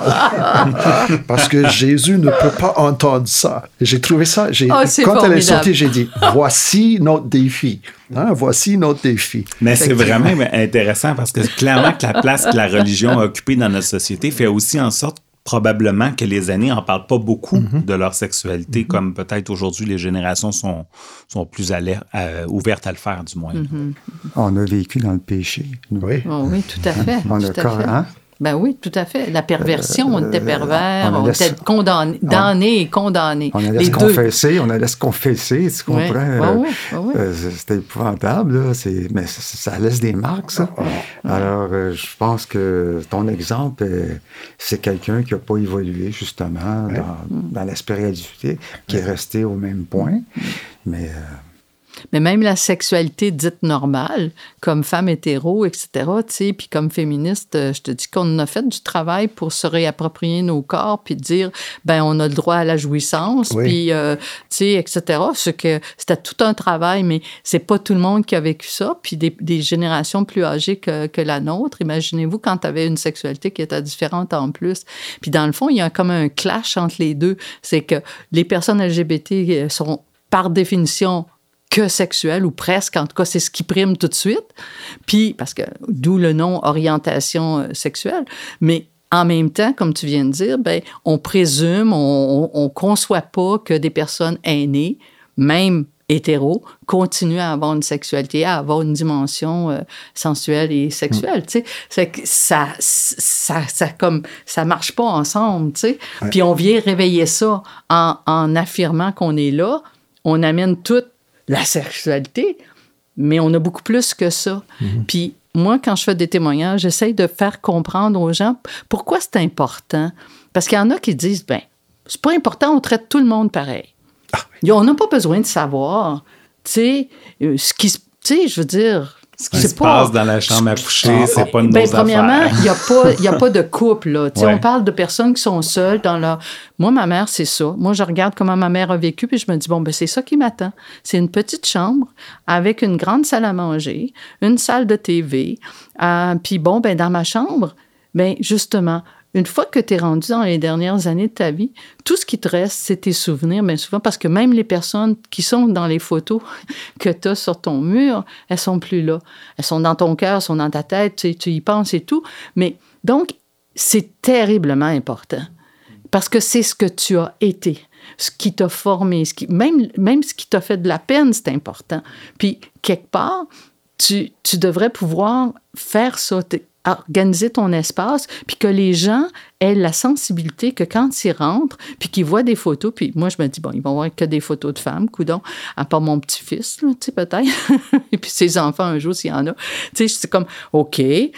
salle. Parce que Jésus ne peut pas entendre ça. Et j'ai trouvé ça... J'ai, oh, quand formidable. Elle est sortie, j'ai dit, voici notre défi. Hein, voici notre défi. Mais c'est vraiment intéressant parce que clairement que la place que la religion a occupée dans notre société fait aussi en sorte probablement que les aînés n'en parlent pas beaucoup mm-hmm. de leur sexualité, mm-hmm. comme peut-être aujourd'hui les générations sont, sont plus alert, euh, ouvertes à le faire, du moins. Mm-hmm. On a vécu dans le péché. Nous. Oui. Oh, oui, tout à fait. On tout a corps, hein? Ben oui, tout à fait. La perversion, euh, on était pervers, on, on était condamné, damné et condamné. On allait se confesser, on allait se confesser, tu comprends? Oui, euh, oui, oui. Euh, c'était épouvantable, là. C'est, mais ça, ça laisse des marques, ça. Alors, euh, je pense que ton exemple, euh, c'est quelqu'un qui n'a pas évolué, justement, ouais. dans, dans la spiritualité, qui ouais. est resté au même point. Mais... Euh, Mais même la sexualité dite normale, comme femme hétéro, et cetera, tu sais, puis comme féministe, je te dis qu'on a fait du travail pour se réapproprier nos corps, puis dire, ben on a le droit à la jouissance, oui. puis, euh, tu sais, et cetera. Ce que, c'était tout un travail, mais c'est pas tout le monde qui a vécu ça, puis des, des générations plus âgées que, que la nôtre. Imaginez-vous quand tu avais une sexualité qui était différente en plus. Puis dans le fond, il y a comme un clash entre les deux. C'est que les personnes L G B T sont, par définition, que sexuel, ou presque, en tout cas, c'est ce qui prime tout de suite. Puis, parce que, d'où le nom orientation sexuelle, mais en même temps, comme tu viens de dire, ben, on présume, on ne conçoit pas que des personnes aînées, même hétéros continuent à avoir une sexualité, à avoir une dimension euh, sensuelle et sexuelle, mmh. tu sais. C'est que ça, ça, ça, comme, ça marche pas ensemble, tu sais. Ouais. Puis on vient réveiller ça en, en affirmant qu'on est là. On amène toute la sexualité, mais on a beaucoup plus que ça. Mmh. Puis moi, quand je fais des témoignages, j'essaye de faire comprendre aux gens pourquoi c'est important. Parce qu'il y en a qui disent, ben, c'est pas important, on traite tout le monde pareil. Ah oui. On n'a pas besoin de savoir, tu sais, ce qui se... Tu sais, je veux dire... Ce qui se pas... passe dans la chambre à coucher, ah, c'est pas une ben, de nos premièrement, affaires. il n'y a, a pas de couple, là. Tu sais, ouais. On parle de personnes qui sont seules dans leur... Moi, ma mère, c'est ça. Moi, je regarde comment ma mère a vécu, puis je me dis, bon, ben c'est ça qui m'attend. C'est une petite chambre avec une grande salle à manger, une salle de T V, euh, puis bon, ben dans ma chambre, ben justement... Une fois que tu es rendu dans les dernières années de ta vie, tout ce qui te reste, c'est tes souvenirs, bien souvent, parce que même les personnes qui sont dans les photos que tu as sur ton mur, elles sont plus là. Elles sont dans ton cœur, elles sont dans ta tête, tu, tu y penses et tout. Mais donc, c'est terriblement important parce que c'est ce que tu as été, ce qui t'a formé, ce qui, même, même ce qui t'a fait de la peine, c'est important. Puis, quelque part, tu, tu devrais pouvoir faire ça, organiser ton espace, puis que les gens aient la sensibilité que quand ils rentrent, puis qu'ils voient des photos, puis moi, je me dis, bon, ils vont voir que des photos de femmes, coudonc, à part mon petit-fils, tu sais, peut-être, et puis ses enfants, un jour, s'il y en a. Tu sais, c'est comme, OK, euh,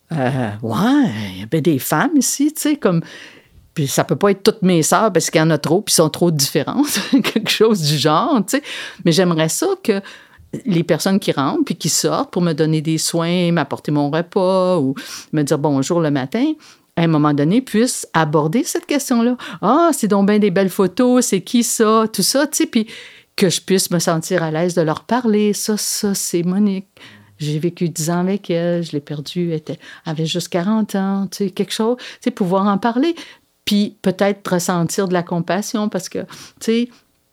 ouais, il y avait des femmes ici, tu sais, comme... Puis ça peut pas être toutes mes sœurs parce qu'il y en a trop, puis ils sont trop différentes, quelque chose du genre, tu sais. Mais j'aimerais ça que les personnes qui rentrent puis qui sortent pour me donner des soins, m'apporter mon repas ou me dire bonjour le matin, à un moment donné, puissent aborder cette question-là. Ah, c'est donc bien des belles photos, c'est qui ça, tout ça, tu sais, puis que je puisse me sentir à l'aise de leur parler. Ça, ça, c'est Monique. J'ai vécu dix ans avec elle, je l'ai perdue, elle était, avait juste quarante ans, tu sais, quelque chose, tu sais, pouvoir en parler, puis peut-être ressentir de la compassion parce que, tu sais...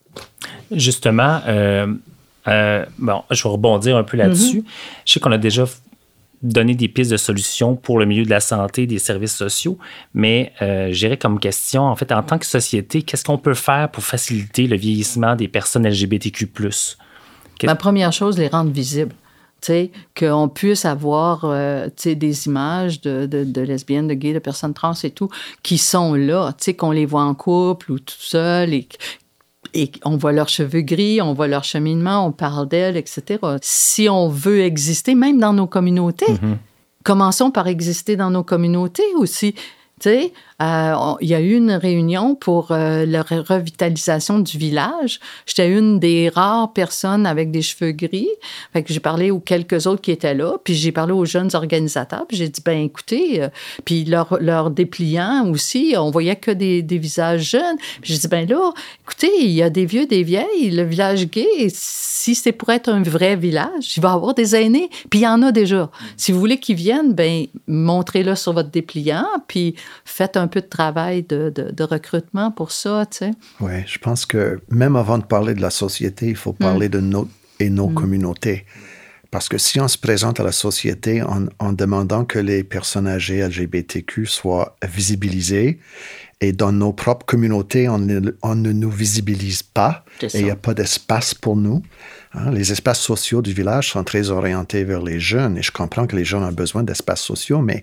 Justement, euh... Euh, bon, je vais rebondir un peu là-dessus. Mm-hmm. Je sais qu'on a déjà donné des pistes de solutions pour le milieu de la santé, des services sociaux, mais euh, j'irais comme question, en fait, en tant que société, qu'est-ce qu'on peut faire pour faciliter le vieillissement des personnes L G B T Q plus? Qu'est-ce... La première chose, les rendre visibles. Tu sais, qu'on puisse avoir euh, tu sais, des images de, de, de lesbiennes, de gays, de personnes trans et tout, qui sont là, tu sais, qu'on les voit en couple ou tout seul et Et on voit leurs cheveux gris, on voit leur cheminement, on parle d'elles, et cetera. Si on veut exister, même dans nos communautés, mm-hmm. commençons par exister dans nos communautés aussi. Tu sais, euh, il y a eu une réunion pour euh, la revitalisation du village. J'étais une des rares personnes avec des cheveux gris. Fait que j'ai parlé aux quelques autres qui étaient là, puis j'ai parlé aux jeunes organisateurs, puis j'ai dit, ben écoutez, euh, puis leurs leur dépliants aussi, on voyait que des, des visages jeunes. Puis j'ai dit, ben là, écoutez, il y a des vieux, des vieilles, le village gay, si c'est pour être un vrai village, il va y avoir des aînés, puis il y en a déjà. Si vous voulez qu'ils viennent, ben montrez-le sur votre dépliant, puis faites un peu de travail de, de, de recrutement pour ça, tu sais. Oui, je pense que même avant de parler de la société, il faut parler mm. de nos et nos mm. communautés. Parce que si on se présente à la société en, en demandant que les personnes âgées L G B T Q soient visibilisées, et dans nos propres communautés, on ne, on ne nous visibilise pas, et il n'y a pas d'espace pour nous. Hein, les espaces sociaux du village sont très orientés vers les jeunes, et je comprends que les jeunes ont besoin d'espaces sociaux, mais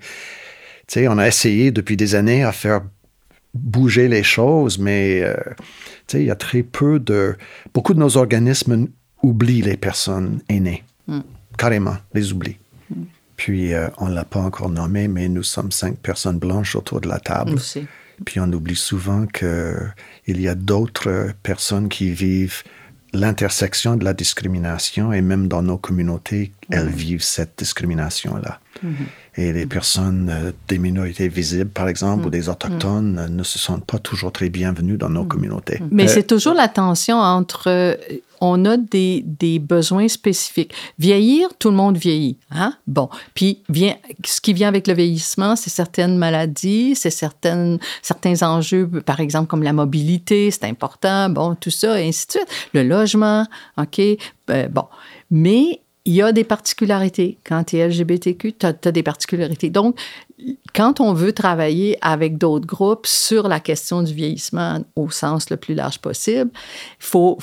tu sais, on a essayé depuis des années à faire bouger les choses, mais euh, tu sais, il y a très peu de... Beaucoup de nos organismes oublient les personnes aînées. Mm. Carrément, les oublient. Mm. Puis, euh, on ne l'a pas encore nommé, mais nous sommes cinq personnes blanches autour de la table. Aussi. Puis, on oublie souvent qu'il y a d'autres personnes qui vivent l'intersection de la discrimination, et même dans nos communautés, mm. elles vivent cette discrimination-là. Mm-hmm. Et les personnes euh, des minorités visibles, par exemple, mm. ou des autochtones, mm. ne se sentent pas toujours très bienvenues dans nos mm. communautés. Mais euh, c'est toujours la tension entre... Euh, on a des, des besoins spécifiques. Vieillir, tout le monde vieillit. Hein? Bon. Puis, vient, ce qui vient avec le vieillissement, c'est certaines maladies, c'est certaines, certains enjeux, par exemple, comme la mobilité, c'est important, bon, tout ça, et ainsi de suite. Le logement, OK, euh, bon. Mais il y a des particularités. Quand tu es L G B T Q, tu as des particularités. Donc, quand on veut travailler avec d'autres groupes sur la question du vieillissement au sens le plus large possible, il faut...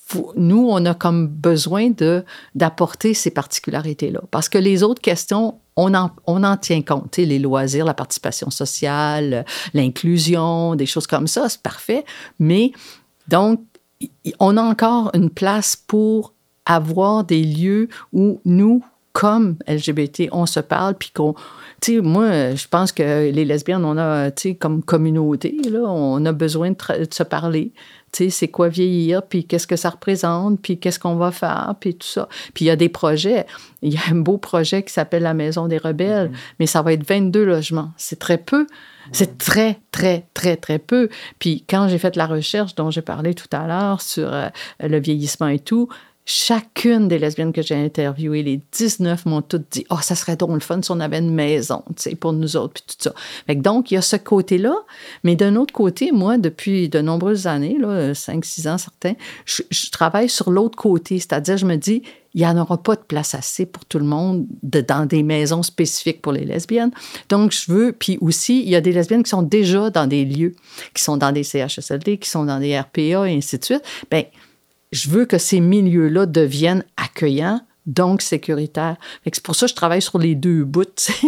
faut, nous, on a comme besoin de, d'apporter ces particularités-là. Parce que les autres questions, on en, on en tient compte. Tu sais, les loisirs, la participation sociale, l'inclusion, des choses comme ça, c'est parfait. Mais donc, on a encore une place pour avoir des lieux où nous, comme L G B T, on se parle, puis qu'on... Tu sais, moi, je pense que les lesbiennes, on a, tu sais, comme communauté, là, on a besoin de, tra- de se parler. Tu sais, c'est quoi vieillir, puis qu'est-ce que ça représente, puis qu'est-ce qu'on va faire, puis tout ça. Puis il y a des projets. Il y a un beau projet qui s'appelle la Maison des Rebelles, mm-hmm. mais ça va être vingt-deux logements. C'est très peu. C'est très, très, très, très peu. Puis quand j'ai fait la recherche dont j'ai parlé tout à l'heure sur euh, le vieillissement et tout, chacune des lesbiennes que j'ai interviewées, les dix-neuf m'ont toutes dit « Ah, oh, ça serait donc le fun si on avait une maison, tu sais, pour nous autres, puis tout ça. » Fait que donc, il y a ce côté-là. Mais d'un autre côté, moi, depuis de nombreuses années, là, cinq, six ans certains, je, je travaille sur l'autre côté. C'est-à-dire, je me dis, il n'y en aura pas de place assez pour tout le monde de, dans des maisons spécifiques pour les lesbiennes. Donc, je veux... Puis aussi, il y a des lesbiennes qui sont déjà dans des lieux, qui sont dans des C H S L D, qui sont dans des R P A, et ainsi de suite. Bien, je veux que ces milieux-là deviennent accueillants, donc sécuritaires. Fait que c'est pour ça que je travaille sur les deux bouts,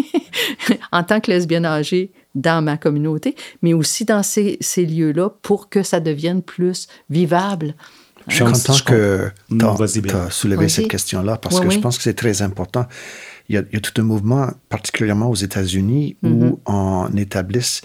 en tant que lesbienne âgée dans ma communauté, mais aussi dans ces, ces lieux-là pour que ça devienne plus vivable. Je suis content que tu as soulevé cette question-là parce oui, que oui. je pense que c'est très important. Il y a, il y a tout un mouvement, particulièrement aux États-Unis, mm-hmm. où on établisse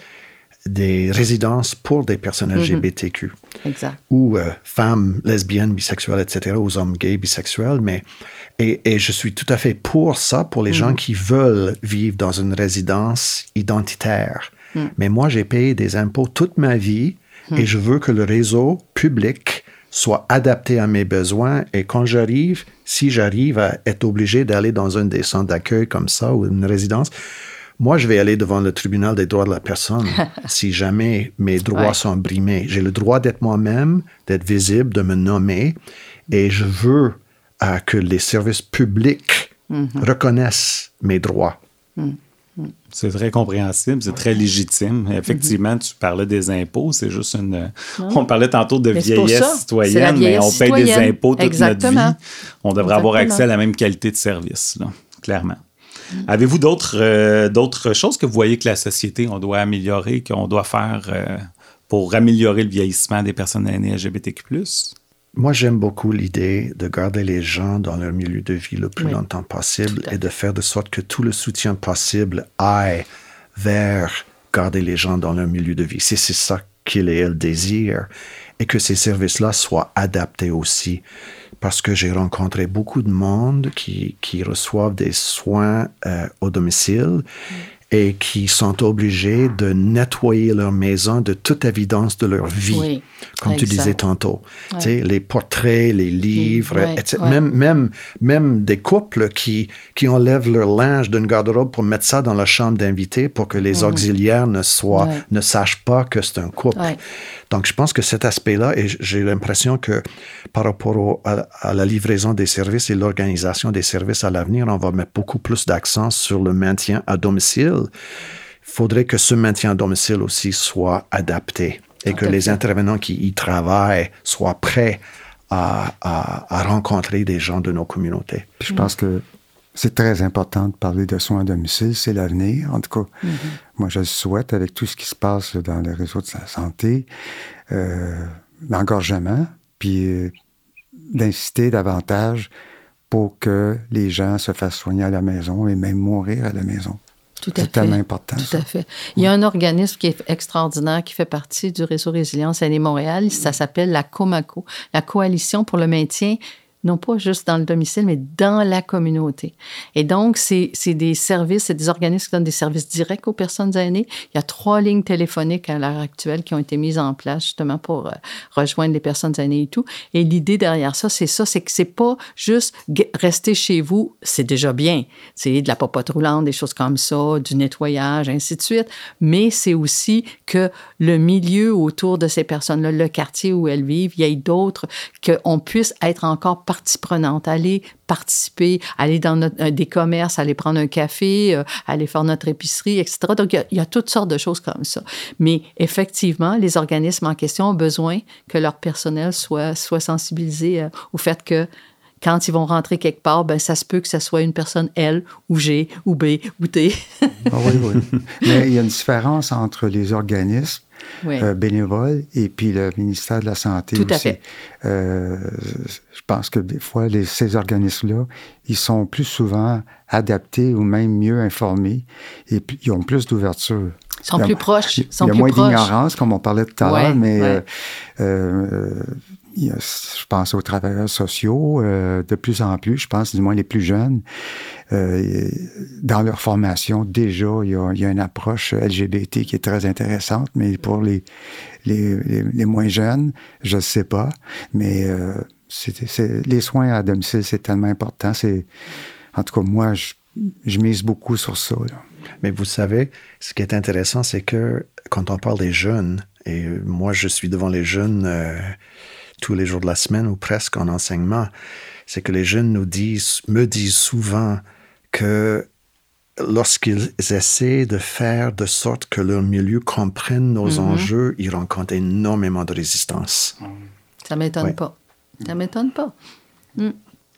des résidences pour des personnes L G B T Q. Mm-hmm. Exact. Ou euh, femmes, lesbiennes, bisexuelles, et cetera, aux hommes gays, bisexuels. Mais, et, et je suis tout à fait pour ça, pour les mm-hmm. gens qui veulent vivre dans une résidence identitaire. Mm. Mais moi, j'ai payé des impôts toute ma vie mm. et je veux que le réseau public soit adapté à mes besoins. Et quand j'arrive, si j'arrive à être obligé d'aller dans un des centres d'accueil comme ça ou une résidence, moi, je vais aller devant le tribunal des droits de la personne si jamais mes droits ouais. sont brimés. J'ai le droit d'être moi-même, d'être visible, de me nommer, et je veux euh, que les services publics mm-hmm. reconnaissent mes droits. Mm-hmm. C'est très compréhensible, c'est très légitime. Effectivement, mm-hmm. tu parlais des impôts, c'est juste une... Non. On parlait tantôt de mais vieillesse citoyenne, mais on paye des impôts toute Exactement. notre vie. On devrait Exactement. avoir accès à la même qualité de service, là, clairement. Mm. Avez-vous d'autres, euh, d'autres choses que vous voyez que la société, on doit améliorer, qu'on doit faire euh, pour améliorer le vieillissement des personnes aînées L G B T Q plus? Moi, j'aime beaucoup l'idée de garder les gens dans leur milieu de vie le plus oui. longtemps possible et de faire de sorte que tout le soutien possible aille vers garder les gens dans leur milieu de vie. C'est, c'est ça qu'ils et elles désirent et que ces services-là soient adaptés aussi. Parce que j'ai rencontré beaucoup de monde qui, qui reçoivent des soins euh, au domicile mm. et qui sont obligés de nettoyer leur maison de toute évidence de leur vie, oui, comme exact. tu disais tantôt. Ouais. Tu sais, les portraits, les livres, ouais, et cetera. Ouais. Même, même, même des couples qui, qui enlèvent leur linge d'une garde-robe pour mettre ça dans la chambre d'invités pour que les mm. auxiliaires ne, soient, ouais. ne sachent pas que c'est un couple. Ouais. Donc, je pense que cet aspect-là, et j'ai l'impression que par rapport au, à, à la livraison des services et l'organisation des services à l'avenir, on va mettre beaucoup plus d'accent sur le maintien à domicile. Il faudrait que ce maintien à domicile aussi soit adapté et que les intervenants qui y travaillent soient prêts à, à, à rencontrer des gens de nos communautés. Puis je pense que c'est très important de parler de soins à domicile, c'est l'avenir. En tout cas, mm-hmm. moi, je le souhaite avec tout ce qui se passe dans le réseau de la santé, euh, l'engorgement, puis euh, d'inciter davantage pour que les gens se fassent soigner à la maison et même mourir à la maison. Tout à c'est fait. tellement important. Tout ça. à fait. Il y a un organisme qui est extraordinaire, qui fait partie du réseau Résilience Aînés Montréal. Ça s'appelle la COMACO, la Coalition pour le maintien, non pas juste dans le domicile, mais dans la communauté. Et donc, c'est, c'est des services, c'est des organismes qui donnent des services directs aux personnes aînées. Il y a trois lignes téléphoniques à l'heure actuelle qui ont été mises en place justement pour euh, rejoindre les personnes aînées et tout. Et l'idée derrière ça, c'est ça, c'est que c'est pas juste rester chez vous, c'est déjà bien. C'est de la popote roulante, des choses comme ça, du nettoyage, ainsi de suite. Mais c'est aussi que le milieu autour de ces personnes-là, le quartier où elles vivent, il y ait d'autres, qu'on puisse être encore partenaires partie prenante, aller participer, aller dans notre, euh, des commerces, aller prendre un café, euh, aller faire notre épicerie, et cetera. Donc, il y, a, il y a toutes sortes de choses comme ça. Mais effectivement, les organismes en question ont besoin que leur personnel soit, soit sensibilisé euh, au fait que quand ils vont rentrer quelque part, ben ça se peut que ce soit une personne L ou G ou B ou T. Ah oui, oui. Mais il y a une différence entre les organismes oui. euh, bénévoles et puis le ministère de la Santé Tout aussi. à fait. Euh, je pense que des fois, les, ces organismes-là, ils sont plus souvent adaptés ou même mieux informés et puis ils ont plus d'ouverture. Ils sont il a, plus proches. Ils sont il y a plus moins proches. d'ignorance, comme on parlait tout à ouais, l'heure, mais ouais. euh, euh, il y a, je pense aux travailleurs sociaux, euh, de plus en plus, je pense, du moins les plus jeunes, euh, dans leur formation, déjà, il y, a, il y a une approche L G B T qui est très intéressante, mais pour les, les, les, les moins jeunes, je ne sais pas, mais euh, c'est, c'est, les soins à domicile, c'est tellement important. C'est, en tout cas, moi, je, je mise beaucoup sur ça, là. Mais vous savez, ce qui est intéressant, c'est que quand on parle des jeunes, et moi, je suis devant les jeunes euh, tous les jours de la semaine ou presque en enseignement, c'est que les jeunes nous disent, me disent souvent que lorsqu'ils essaient de faire de sorte que leur milieu comprenne nos mm-hmm. enjeux, ils rencontrent énormément de résistance. Ça ne m'étonne ouais. pas. Ça ne m'étonne pas. Mm.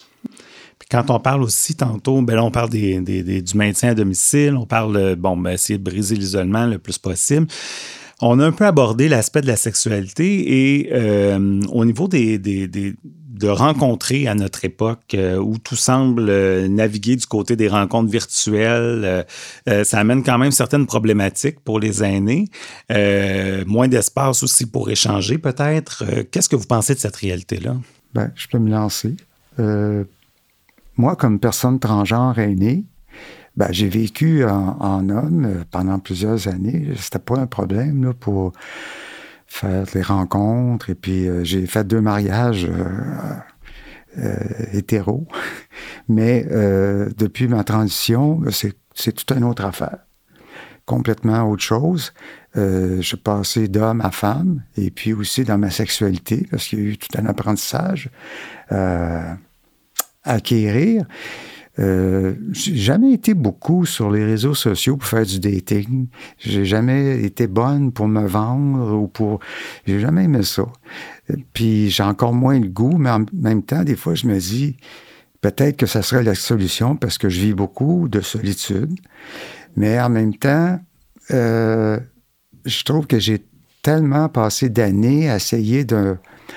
Quand on parle aussi tantôt, ben là, on parle des, des, des, du maintien à domicile, on parle, bon, ben, essayer de briser l'isolement le plus possible. On a un peu abordé l'aspect de la sexualité et euh, au niveau des, des, des, de rencontrer à notre époque euh, où tout semble euh, naviguer du côté des rencontres virtuelles, euh, euh, ça amène quand même certaines problématiques pour les aînés, euh, moins d'espace aussi pour échanger peut-être. Euh, qu'est-ce que vous pensez de cette réalité-là? Bien, je peux me lancer. Euh, Moi, comme personne transgenre aînée, ben, j'ai vécu en, en homme pendant plusieurs années. C'était pas un problème là, pour faire des rencontres. Et puis, euh, j'ai fait deux mariages euh, euh, hétéros. Mais euh, depuis ma transition, c'est, c'est toute une autre affaire. Complètement autre chose. Euh, je suis passé d'homme à femme. Et puis aussi dans ma sexualité, parce qu'il y a eu tout un apprentissage. Euh, acquérir. Euh, j'ai jamais été beaucoup sur les réseaux sociaux pour faire du dating. J'ai jamais été bonne pour me vendre ou pour... J'ai jamais aimé ça. Puis j'ai encore moins le goût, mais en même temps, des fois, je me dis peut-être que ça serait la solution parce que je vis beaucoup de solitude. Mais en même temps, euh, je trouve que j'ai tellement passé d'années à essayer de,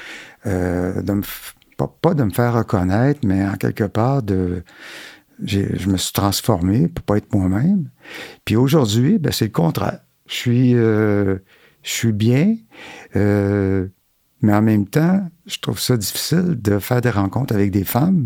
euh, de me... Pas, pas de me faire reconnaître, mais en quelque part, de, j'ai, je me suis transformé pour pas être moi-même. Puis aujourd'hui, ben, c'est le contraire. Je suis, euh, je suis bien, euh, mais en même temps, je trouve ça difficile de faire des rencontres avec des femmes.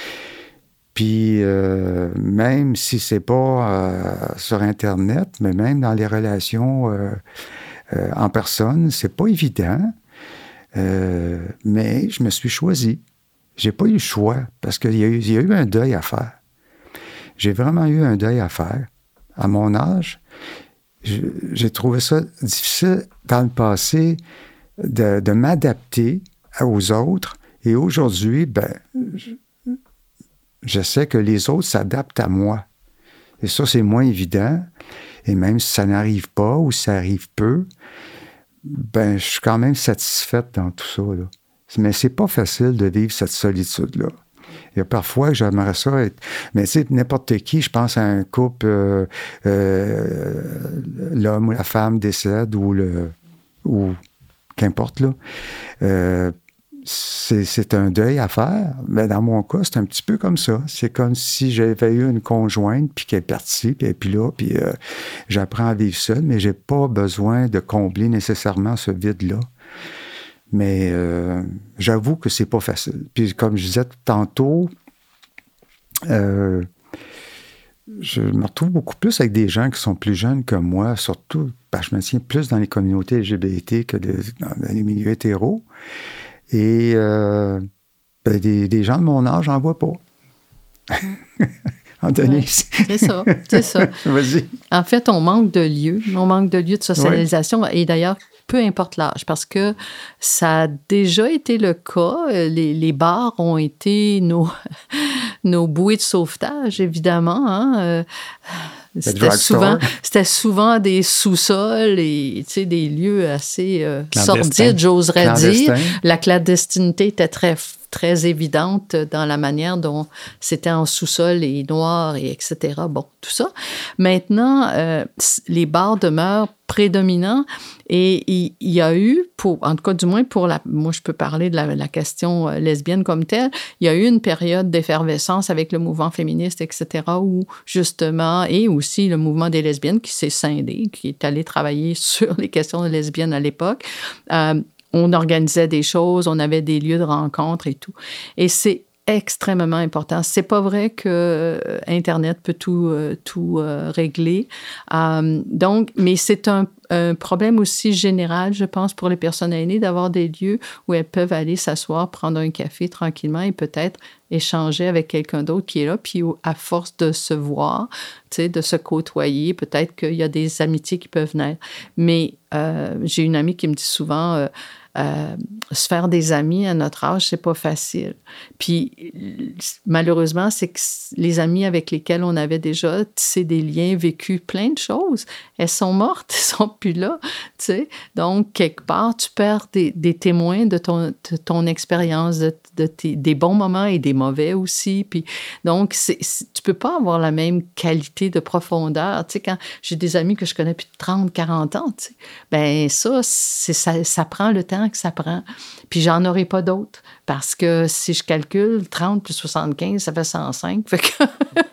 Puis euh, même si c'est pas euh, sur Internet, mais même dans les relations euh, euh, en personne, c'est pas évident. Euh, mais je me suis choisi. J'ai pas eu le choix parce qu'il y a eu, il y a eu un deuil à faire. J'ai vraiment eu un deuil à faire. À mon âge, je, j'ai trouvé ça difficile dans le passé de, de m'adapter aux autres. Et aujourd'hui, ben, je, je sais que les autres s'adaptent à moi. Et ça, c'est moins évident. Et même si ça n'arrive pas ou si ça arrive peu, ben, je suis quand même satisfaite dans tout ça, là. Mais c'est pas facile de vivre cette solitude-là. Il y a parfois que j'aimerais ça être... Mais tu sais, n'importe qui, je pense à un couple, euh, euh, l'homme ou la femme décède ou le... ou qu'importe, là. Euh, c'est, c'est un deuil à faire. Mais dans mon cas, c'est un petit peu comme ça. C'est comme si j'avais eu une conjointe, puis qu'elle est partie, puis elle est plus là, puis euh, j'apprends à vivre seul, mais j'ai pas besoin de combler nécessairement ce vide-là. Mais euh, j'avoue que c'est pas facile. Puis comme je disais tantôt, euh, je me retrouve beaucoup plus avec des gens qui sont plus jeunes que moi, surtout, parce que je me tiens plus dans les communautés L G B T que de, dans les milieux hétéros. Et euh, ben des, des gens de mon âge, j'en vois pas. Anthony. Ouais, c'est ça, c'est ça. Vas-y. En fait, on manque de lieux, on manque de lieux de socialisation. Ouais. Et d'ailleurs, peu importe l'âge, parce que ça a déjà été le cas. Les, les bars ont été nos, nos bouées de sauvetage, évidemment. Hein. C'était souvent, c'était souvent des sous-sols et des lieux assez euh, sordides, j'oserais Clandestin. dire. La clandestinité était très, très évidente dans la manière dont c'était en sous-sol et noir, et etc. Bon, tout ça. Maintenant, euh, les bars demeurent prédominants et il, il y a eu, pour, en tout cas du moins pour la, moi je peux parler de la, la question lesbienne comme telle, il y a eu une période d'effervescence avec le mouvement féministe, et cetera, où justement, et aussi le mouvement des lesbiennes qui s'est scindé, qui est allé travailler sur les questions lesbiennes à l'époque. Euh, on organisait des choses, on avait des lieux de rencontre et tout. Et c'est extrêmement important. C'est pas vrai que Internet peut tout, euh, tout euh, régler. Euh, donc, mais c'est un, un problème aussi général, je pense, pour les personnes aînées, d'avoir des lieux où elles peuvent aller s'asseoir, prendre un café tranquillement et peut-être échanger avec quelqu'un d'autre qui est là. Puis, à force de se voir, tu sais, de se côtoyer, peut-être qu'il y a des amitiés qui peuvent naître. Mais euh, j'ai une amie qui me dit souvent... Euh, Euh, se faire des amis à notre âge, c'est pas facile. Puis, malheureusement, c'est que les amis avec lesquels on avait déjà tissé des liens, vécu plein de choses, elles sont mortes, elles sont plus là, tu sais. Donc, quelque part, tu perds des, des témoins de ton, de ton expérience, de, de tes, des bons moments et des mauvais aussi. Puis, donc, c'est, c'est, tu peux pas avoir la même qualité de profondeur. Tu sais, quand j'ai des amis que je connais depuis trente, quarante ans, tu sais, ben ça, c'est, ça, ça prend le temps que ça prend. Puis j'en aurai pas d'autres. Parce que si je calcule, trente plus soixante-quinze, ça fait cent cinq. Fait que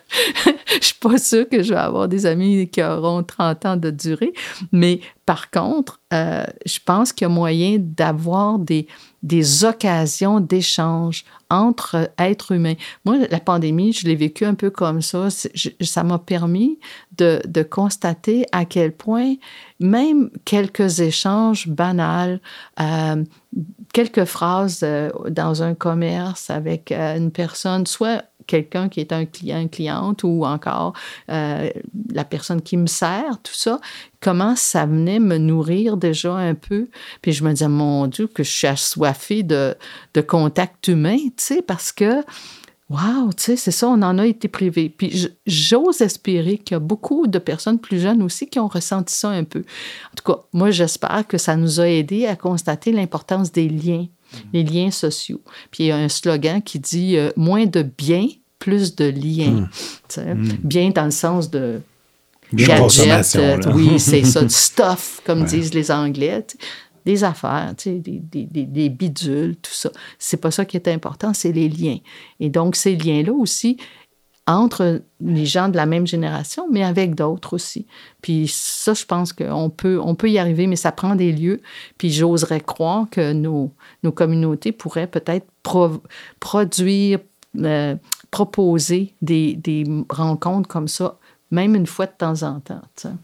je suis pas sûre que je vais avoir des amis qui auront trente ans de durée. Mais par contre, euh, je pense qu'il y a moyen d'avoir des, des occasions d'échange entre êtres humains. Moi, la pandémie, je l'ai vécu un peu comme ça. Je, ça m'a permis de, de constater à quel point même quelques échanges banals, euh, quelques phrases euh, dans un commerce avec euh, une personne, soit quelqu'un qui est un client, cliente, ou encore euh, la personne qui me sert, tout ça, comment ça venait me nourrir déjà un peu. Puis je me disais, mon Dieu, que je suis assoiffée de, de contact humain, tu sais, parce que wow, tu sais, c'est ça, on en a été privés. Puis j'ose espérer qu'il y a beaucoup de personnes plus jeunes aussi qui ont ressenti ça un peu. En tout cas, moi, j'espère que ça nous a aidés à constater l'importance des liens, mmh. les liens sociaux. Puis il y a un slogan qui dit euh, « moins de biens, plus de liens mmh. ». Tu sais, mmh. bien dans le sens de bien gadget, euh, oui, c'est ça, du stuff, comme ouais. disent les Anglais, tu sais. Des affaires, tu sais, des, des, des, des bidules, tout ça. C'est pas ça qui est important, c'est les liens. Et donc, ces liens-là aussi, entre les gens de la même génération, mais avec d'autres aussi. Puis ça, je pense qu'on peut, on peut y arriver, mais ça prend des lieux. Puis j'oserais croire que nos, nos communautés pourraient peut-être pro- produire, euh, proposer des, des rencontres comme ça, même une fois de temps en temps. Tu sais.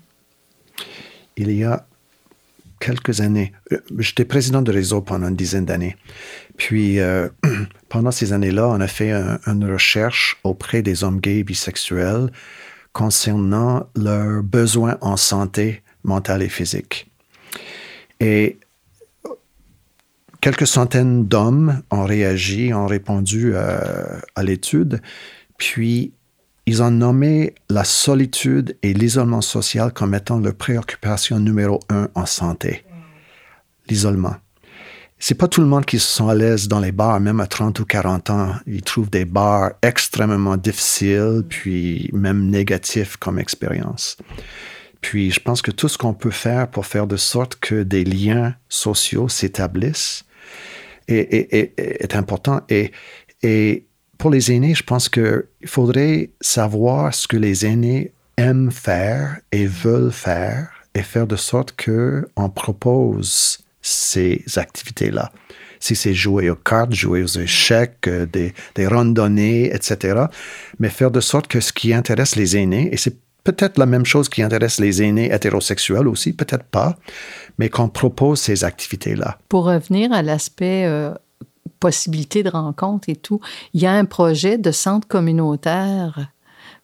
Il y a quelques années, j'étais président de réseau pendant une dizaine d'années. Puis, euh, pendant ces années-là, on a fait un, une recherche auprès des hommes gays et bisexuels concernant leurs besoins en santé mentale et physique. Et quelques centaines d'hommes ont réagi, ont répondu euh, à l'étude, puis ils ont nommé la solitude et l'isolement social comme étant leur préoccupation numéro un en santé. L'isolement. C'est pas tout le monde qui se sent à l'aise dans les bars, même à trente ou quarante ans. Ils trouvent des bars extrêmement difficiles, puis même négatifs comme expérience. Puis je pense que tout ce qu'on peut faire pour faire de sorte que des liens sociaux s'établissent est, est, est, est important. Et, et pour les aînés, je pense qu'il faudrait savoir ce que les aînés aiment faire et veulent faire et faire de sorte qu'on propose ces activités-là. Si c'est jouer aux cartes, jouer aux échecs, des, des randonnées, et cetera. Mais faire de sorte que ce qui intéresse les aînés, et c'est peut-être la même chose qui intéresse les aînés hétérosexuels aussi, peut-être pas, mais qu'on propose ces activités-là. Pour revenir à l'aspect... Euh possibilités de rencontre et tout. Il y a un projet de centre communautaire.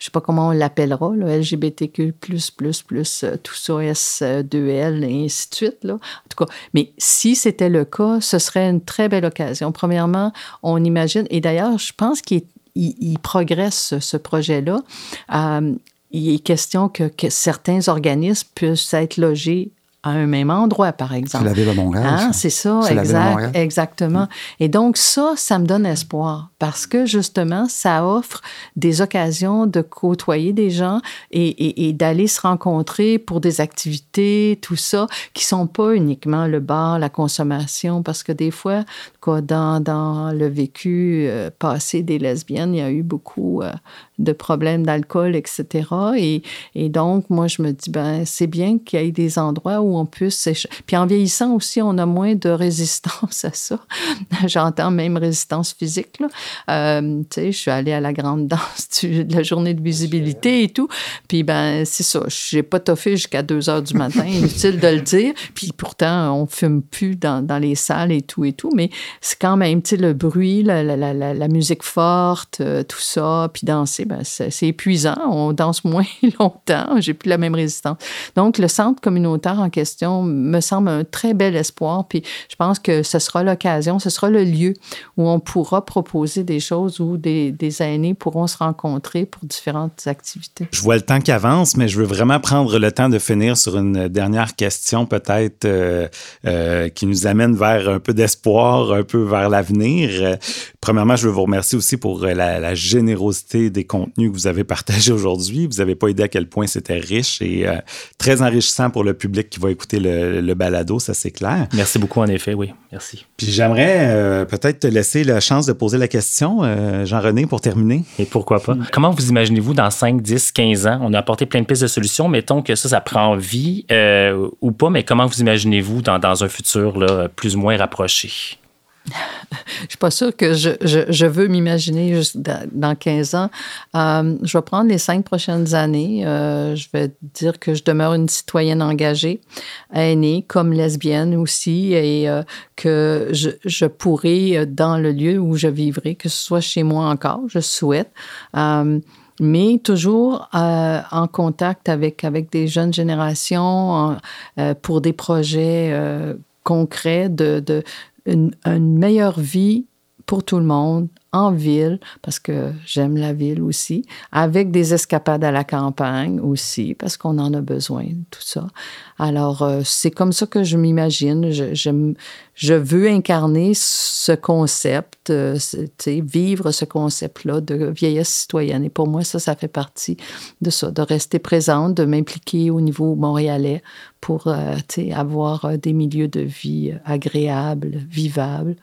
je sais pas comment on l'appellera, là, L G B T Q plus, plus, plus, tout ça, S deux L, et ainsi de suite, là. En tout cas, mais si c'était le cas, ce serait une très belle occasion. Premièrement, on imagine, et d'ailleurs, je pense qu'il il, il progresse, ce projet-là. Euh, il est question que, que certains organismes puissent être logés à un même endroit, par exemple. C'est la Ville de Montréal. Hein? C'est ça, c'est exact, exactement. Et donc, ça, ça me donne espoir parce que, justement, ça offre des occasions de côtoyer des gens et, et, et d'aller se rencontrer pour des activités, tout ça, qui sont pas uniquement le bar, la consommation, parce que des fois, quoi, dans, dans le vécu euh, passé des lesbiennes, il y a eu beaucoup euh, de problèmes d'alcool, et cetera. Et, et donc, moi, je me dis, ben c'est bien qu'il y ait des endroits où on puisse... Puis en vieillissant aussi, on a moins de résistance à ça. J'entends même résistance physique, là. Euh, tu sais, je suis allée à la grande danse du, de la journée de visibilité et tout. Puis, ben c'est ça. J'ai pas toffé jusqu'à deux heures du matin. Inutile de le dire. Puis pourtant, on fume plus dans, dans les salles et tout et tout. Mais c'est quand même, tu sais, le bruit, la, la, la, la musique forte, euh, tout ça. Puis danser, ben c'est, c'est épuisant. On danse moins longtemps. J'ai plus la même résistance. Donc, le centre communautaire en question me semble un très bel espoir. Puis je pense que ce sera l'occasion, ce sera le lieu où on pourra proposer des choses où des, des aînés pourront se rencontrer pour différentes activités. Je vois le temps qui avance, mais je veux vraiment prendre le temps de finir sur une dernière question peut-être euh, euh, qui nous amène vers un peu d'espoir, un peu vers l'avenir. Euh, premièrement, je veux vous remercier aussi pour la, la générosité des contenus que vous avez partagés aujourd'hui. Vous n'avez pas idée à quel point c'était riche et euh, très enrichissant pour le public qui va écouter le, le balado, ça c'est clair. Merci beaucoup, en effet, oui. Merci. Puis j'aimerais euh, peut-être te laisser la chance de poser la question, euh, Jean-René, pour terminer. Et pourquoi pas? Comment vous imaginez-vous dans cinq, dix, quinze ans? On a apporté plein de pistes de solutions. Mettons que ça, ça prend vie euh, ou pas, mais comment vous imaginez-vous dans, dans un futur là, plus ou moins rapproché? Je suis pas sûre que je, je, je veux m'imaginer juste dans, dans quinze ans. Euh, je vais prendre les cinq prochaines années. Euh, je vais dire que je demeure une citoyenne engagée, aînée, comme lesbienne aussi, et euh, que je, je pourrai, dans le lieu où je vivrai, que ce soit chez moi encore, je souhaite, euh, mais toujours euh, en contact avec, avec des jeunes générations en, euh, pour des projets euh, concrets de... de Une, une meilleure vie pour tout le monde, en ville, parce que j'aime la ville aussi, avec des escapades à la campagne aussi, parce qu'on en a besoin, tout ça. Alors, euh, c'est comme ça que je m'imagine. Je, je, je veux incarner ce concept, euh, tu sais, vivre ce concept-là de vieillesse citoyenne. Et pour moi, ça, ça fait partie de ça, de rester présente, de m'impliquer au niveau montréalais pour, euh, tu sais, avoir des milieux de vie agréables, vivables.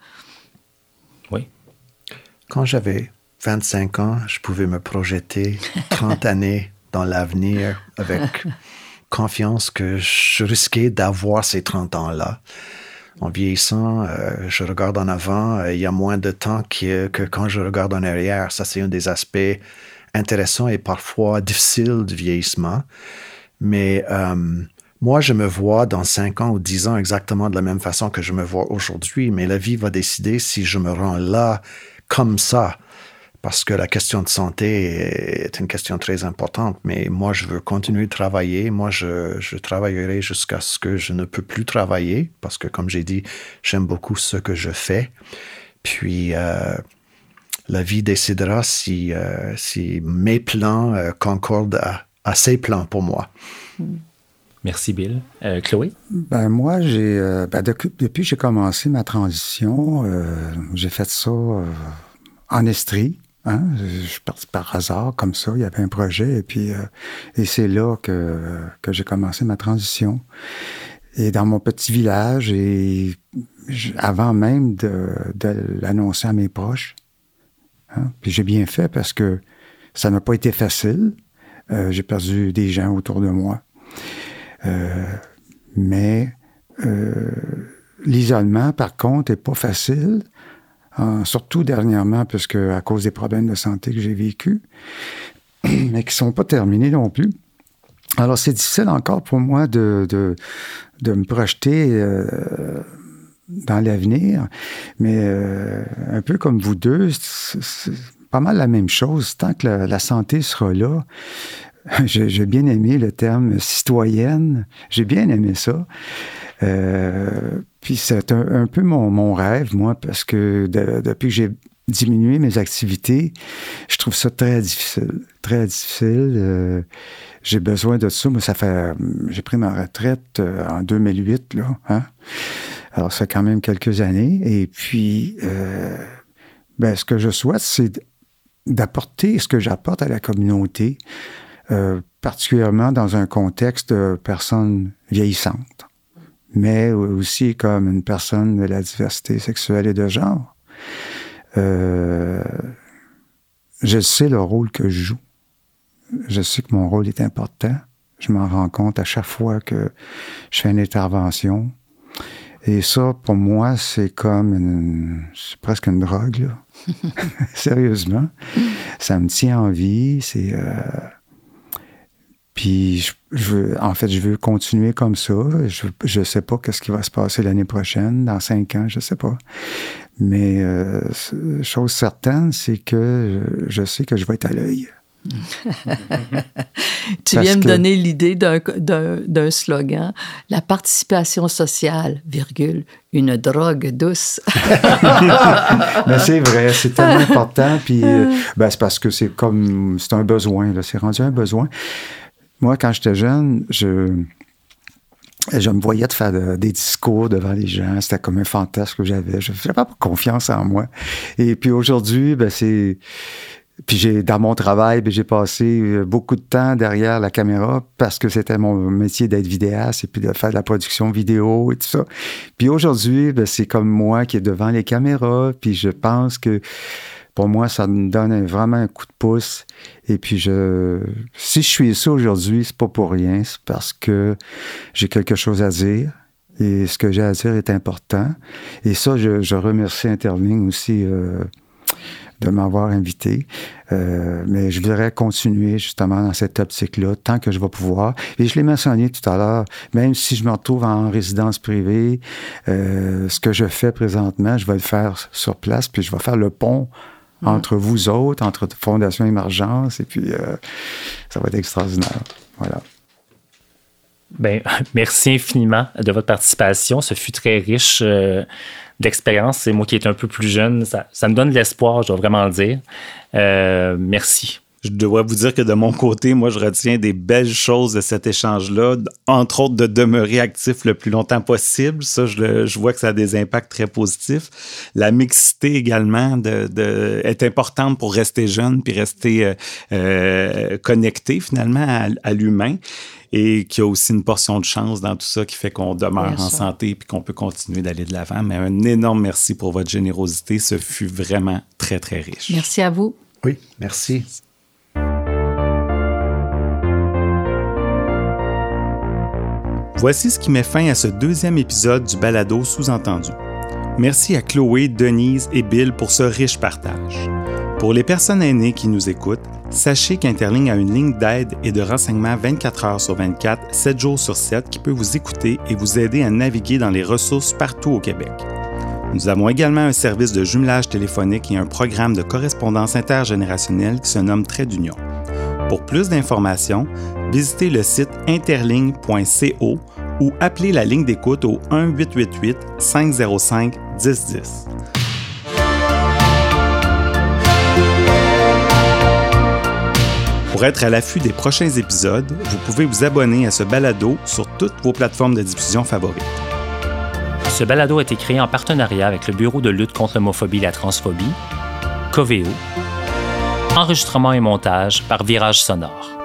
Oui. Quand j'avais vingt-cinq ans, je pouvais me projeter trente années dans l'avenir avec confiance que je risquais d'avoir ces trente ans-là. En vieillissant, euh, je regarde en avant, euh, il y a moins de temps que, que quand je regarde en arrière. Ça, c'est un des aspects intéressants et parfois difficiles du vieillissement. Mais euh, moi, je me vois dans cinq ans ou dix ans exactement de la même façon que je me vois aujourd'hui, mais la vie va décider si je me rends là comme ça, parce que la question de santé est une question très importante, mais moi, je veux continuer de travailler. Moi, je, je travaillerai jusqu'à ce que je ne peux plus travailler, parce que, comme j'ai dit, j'aime beaucoup ce que je fais. Puis, euh, la vie décidera si, euh, si mes plans euh, concordent à, à ses plans pour moi. Merci, Bill. Euh, Chloé? Ben moi, j'ai euh, ben depuis, depuis que j'ai commencé ma transition, euh, j'ai fait ça euh, en Estrie. Hein? Je suis parti par hasard, comme ça. Il y avait un projet, et puis euh, et c'est là que, que j'ai commencé ma transition. Et dans mon petit village, et avant même de, de l'annoncer à mes proches. Hein? Puis j'ai bien fait parce que ça n'a pas été facile. Euh, j'ai perdu des gens autour de moi. Euh, mais euh, l'isolement, par contre, n'est pas facile, euh, surtout dernièrement, puisque à cause des problèmes de santé que j'ai vécus, mais qui ne sont pas terminés non plus. Alors, c'est difficile encore pour moi de, de, de me projeter euh, dans l'avenir, mais euh, un peu comme vous deux, c'est, c'est, pas mal la même chose. Tant que la, la santé sera là, j'ai, j'ai bien aimé le terme citoyenne. J'ai bien aimé ça. Euh, puis c'est un, un peu mon, mon rêve, moi, parce que de, depuis que j'ai diminué mes activités, je trouve ça très difficile. Très difficile. Euh, j'ai besoin de ça. Moi, ça fait... J'ai pris ma retraite en deux mille huit, là. Hein? Alors, ça fait quand même quelques années. Et puis, euh, ben, ce que je souhaite, c'est d'apporter ce que j'apporte à la communauté, euh, particulièrement dans un contexte de personnes vieillissantes, mais aussi comme une personne de la diversité sexuelle et de genre. Euh, je sais le rôle que je joue. Je sais que mon rôle est important. Je m'en rends compte à chaque fois que je fais une intervention. Et ça, pour moi, c'est comme une... C'est presque une drogue, là. Sérieusement. Ça me tient en vie. C'est... Euh... Puis, je, je veux, en fait, je veux continuer comme ça. Je ne sais pas qu'est-ce qui va se passer l'année prochaine, dans cinq ans, je ne sais pas. Mais euh, chose certaine, c'est que je, je sais que je vais être à l'œil. Tu viens me donner l'idée d'un, d'un, d'un slogan. La participation sociale, virgule, une drogue douce. Mais c'est vrai, c'est tellement important. Puis, euh, ben, c'est parce que c'est comme, c'est un besoin, là, c'est rendu un besoin. Moi, quand j'étais jeune, je, je me voyais de faire de, des discours devant les gens. C'était comme un fantasme que j'avais. Je n'avais pas confiance en moi. Et puis aujourd'hui, ben, c'est... Puis j'ai, dans mon travail, ben, j'ai passé beaucoup de temps derrière la caméra parce que c'était mon métier d'être vidéaste et puis de faire de la production vidéo et tout ça. Puis aujourd'hui, ben, c'est comme moi qui est devant les caméras. Puis je pense que pour moi, ça me donne vraiment un coup de pouce. Et puis, je, si je suis ici aujourd'hui, c'est pas pour rien. C'est parce que j'ai quelque chose à dire. Et ce que j'ai à dire est important. Et ça, je, je remercie Interligne aussi euh, de m'avoir invité. Euh, mais je voudrais continuer justement dans cette optique-là tant que je vais pouvoir. Et je l'ai mentionné tout à l'heure, même si je me retrouve en résidence privée, euh, ce que je fais présentement, je vais le faire sur place, puis je vais faire le pont entre vous autres, entre Fondation Émergence, et puis euh, ça va être extraordinaire. Voilà. Bien, merci infiniment de votre participation. Ce fut très riche euh, d'expérience. Et moi qui est un peu plus jeune, ça, ça me donne de l'espoir, je dois vraiment le dire. Euh, merci. Je dois vous dire que de mon côté, moi, je retiens des belles choses de cet échange-là, entre autres de demeurer actif le plus longtemps possible. Ça, je, le, je vois que ça a des impacts très positifs. La mixité également de, de, est importante pour rester jeune puis rester euh, euh, connecté finalement à, à l'humain. Et qu'il y a aussi une portion de chance dans tout ça qui fait qu'on demeure Bien en sûr. santé puis qu'on peut continuer d'aller de l'avant. Mais un énorme merci pour votre générosité. Ce fut vraiment très, très riche. Merci à vous. Oui, merci. Voici ce qui met fin à ce deuxième épisode du balado sous-entendu. Merci à Chloé, Denise et Bill pour ce riche partage. Pour les personnes aînées qui nous écoutent, sachez qu'Interligne a une ligne d'aide et de renseignement vingt-quatre heures sur vingt-quatre, sept jours sur sept qui peut vous écouter et vous aider à naviguer dans les ressources partout au Québec. Nous avons également un service de jumelage téléphonique et un programme de correspondance intergénérationnelle qui se nomme Trait d'Union. Pour plus d'informations, visitez le site interligne point co ou appelez la ligne d'écoute au un huit huit huit cinq zéro cinq un zéro un zéro. Pour être à l'affût des prochains épisodes, vous pouvez vous abonner à ce balado sur toutes vos plateformes de diffusion favorites. Ce balado a été créé en partenariat avec le Bureau de lutte contre l'homophobie et la transphobie, Coveo. Enregistrement et montage par Virage Sonore.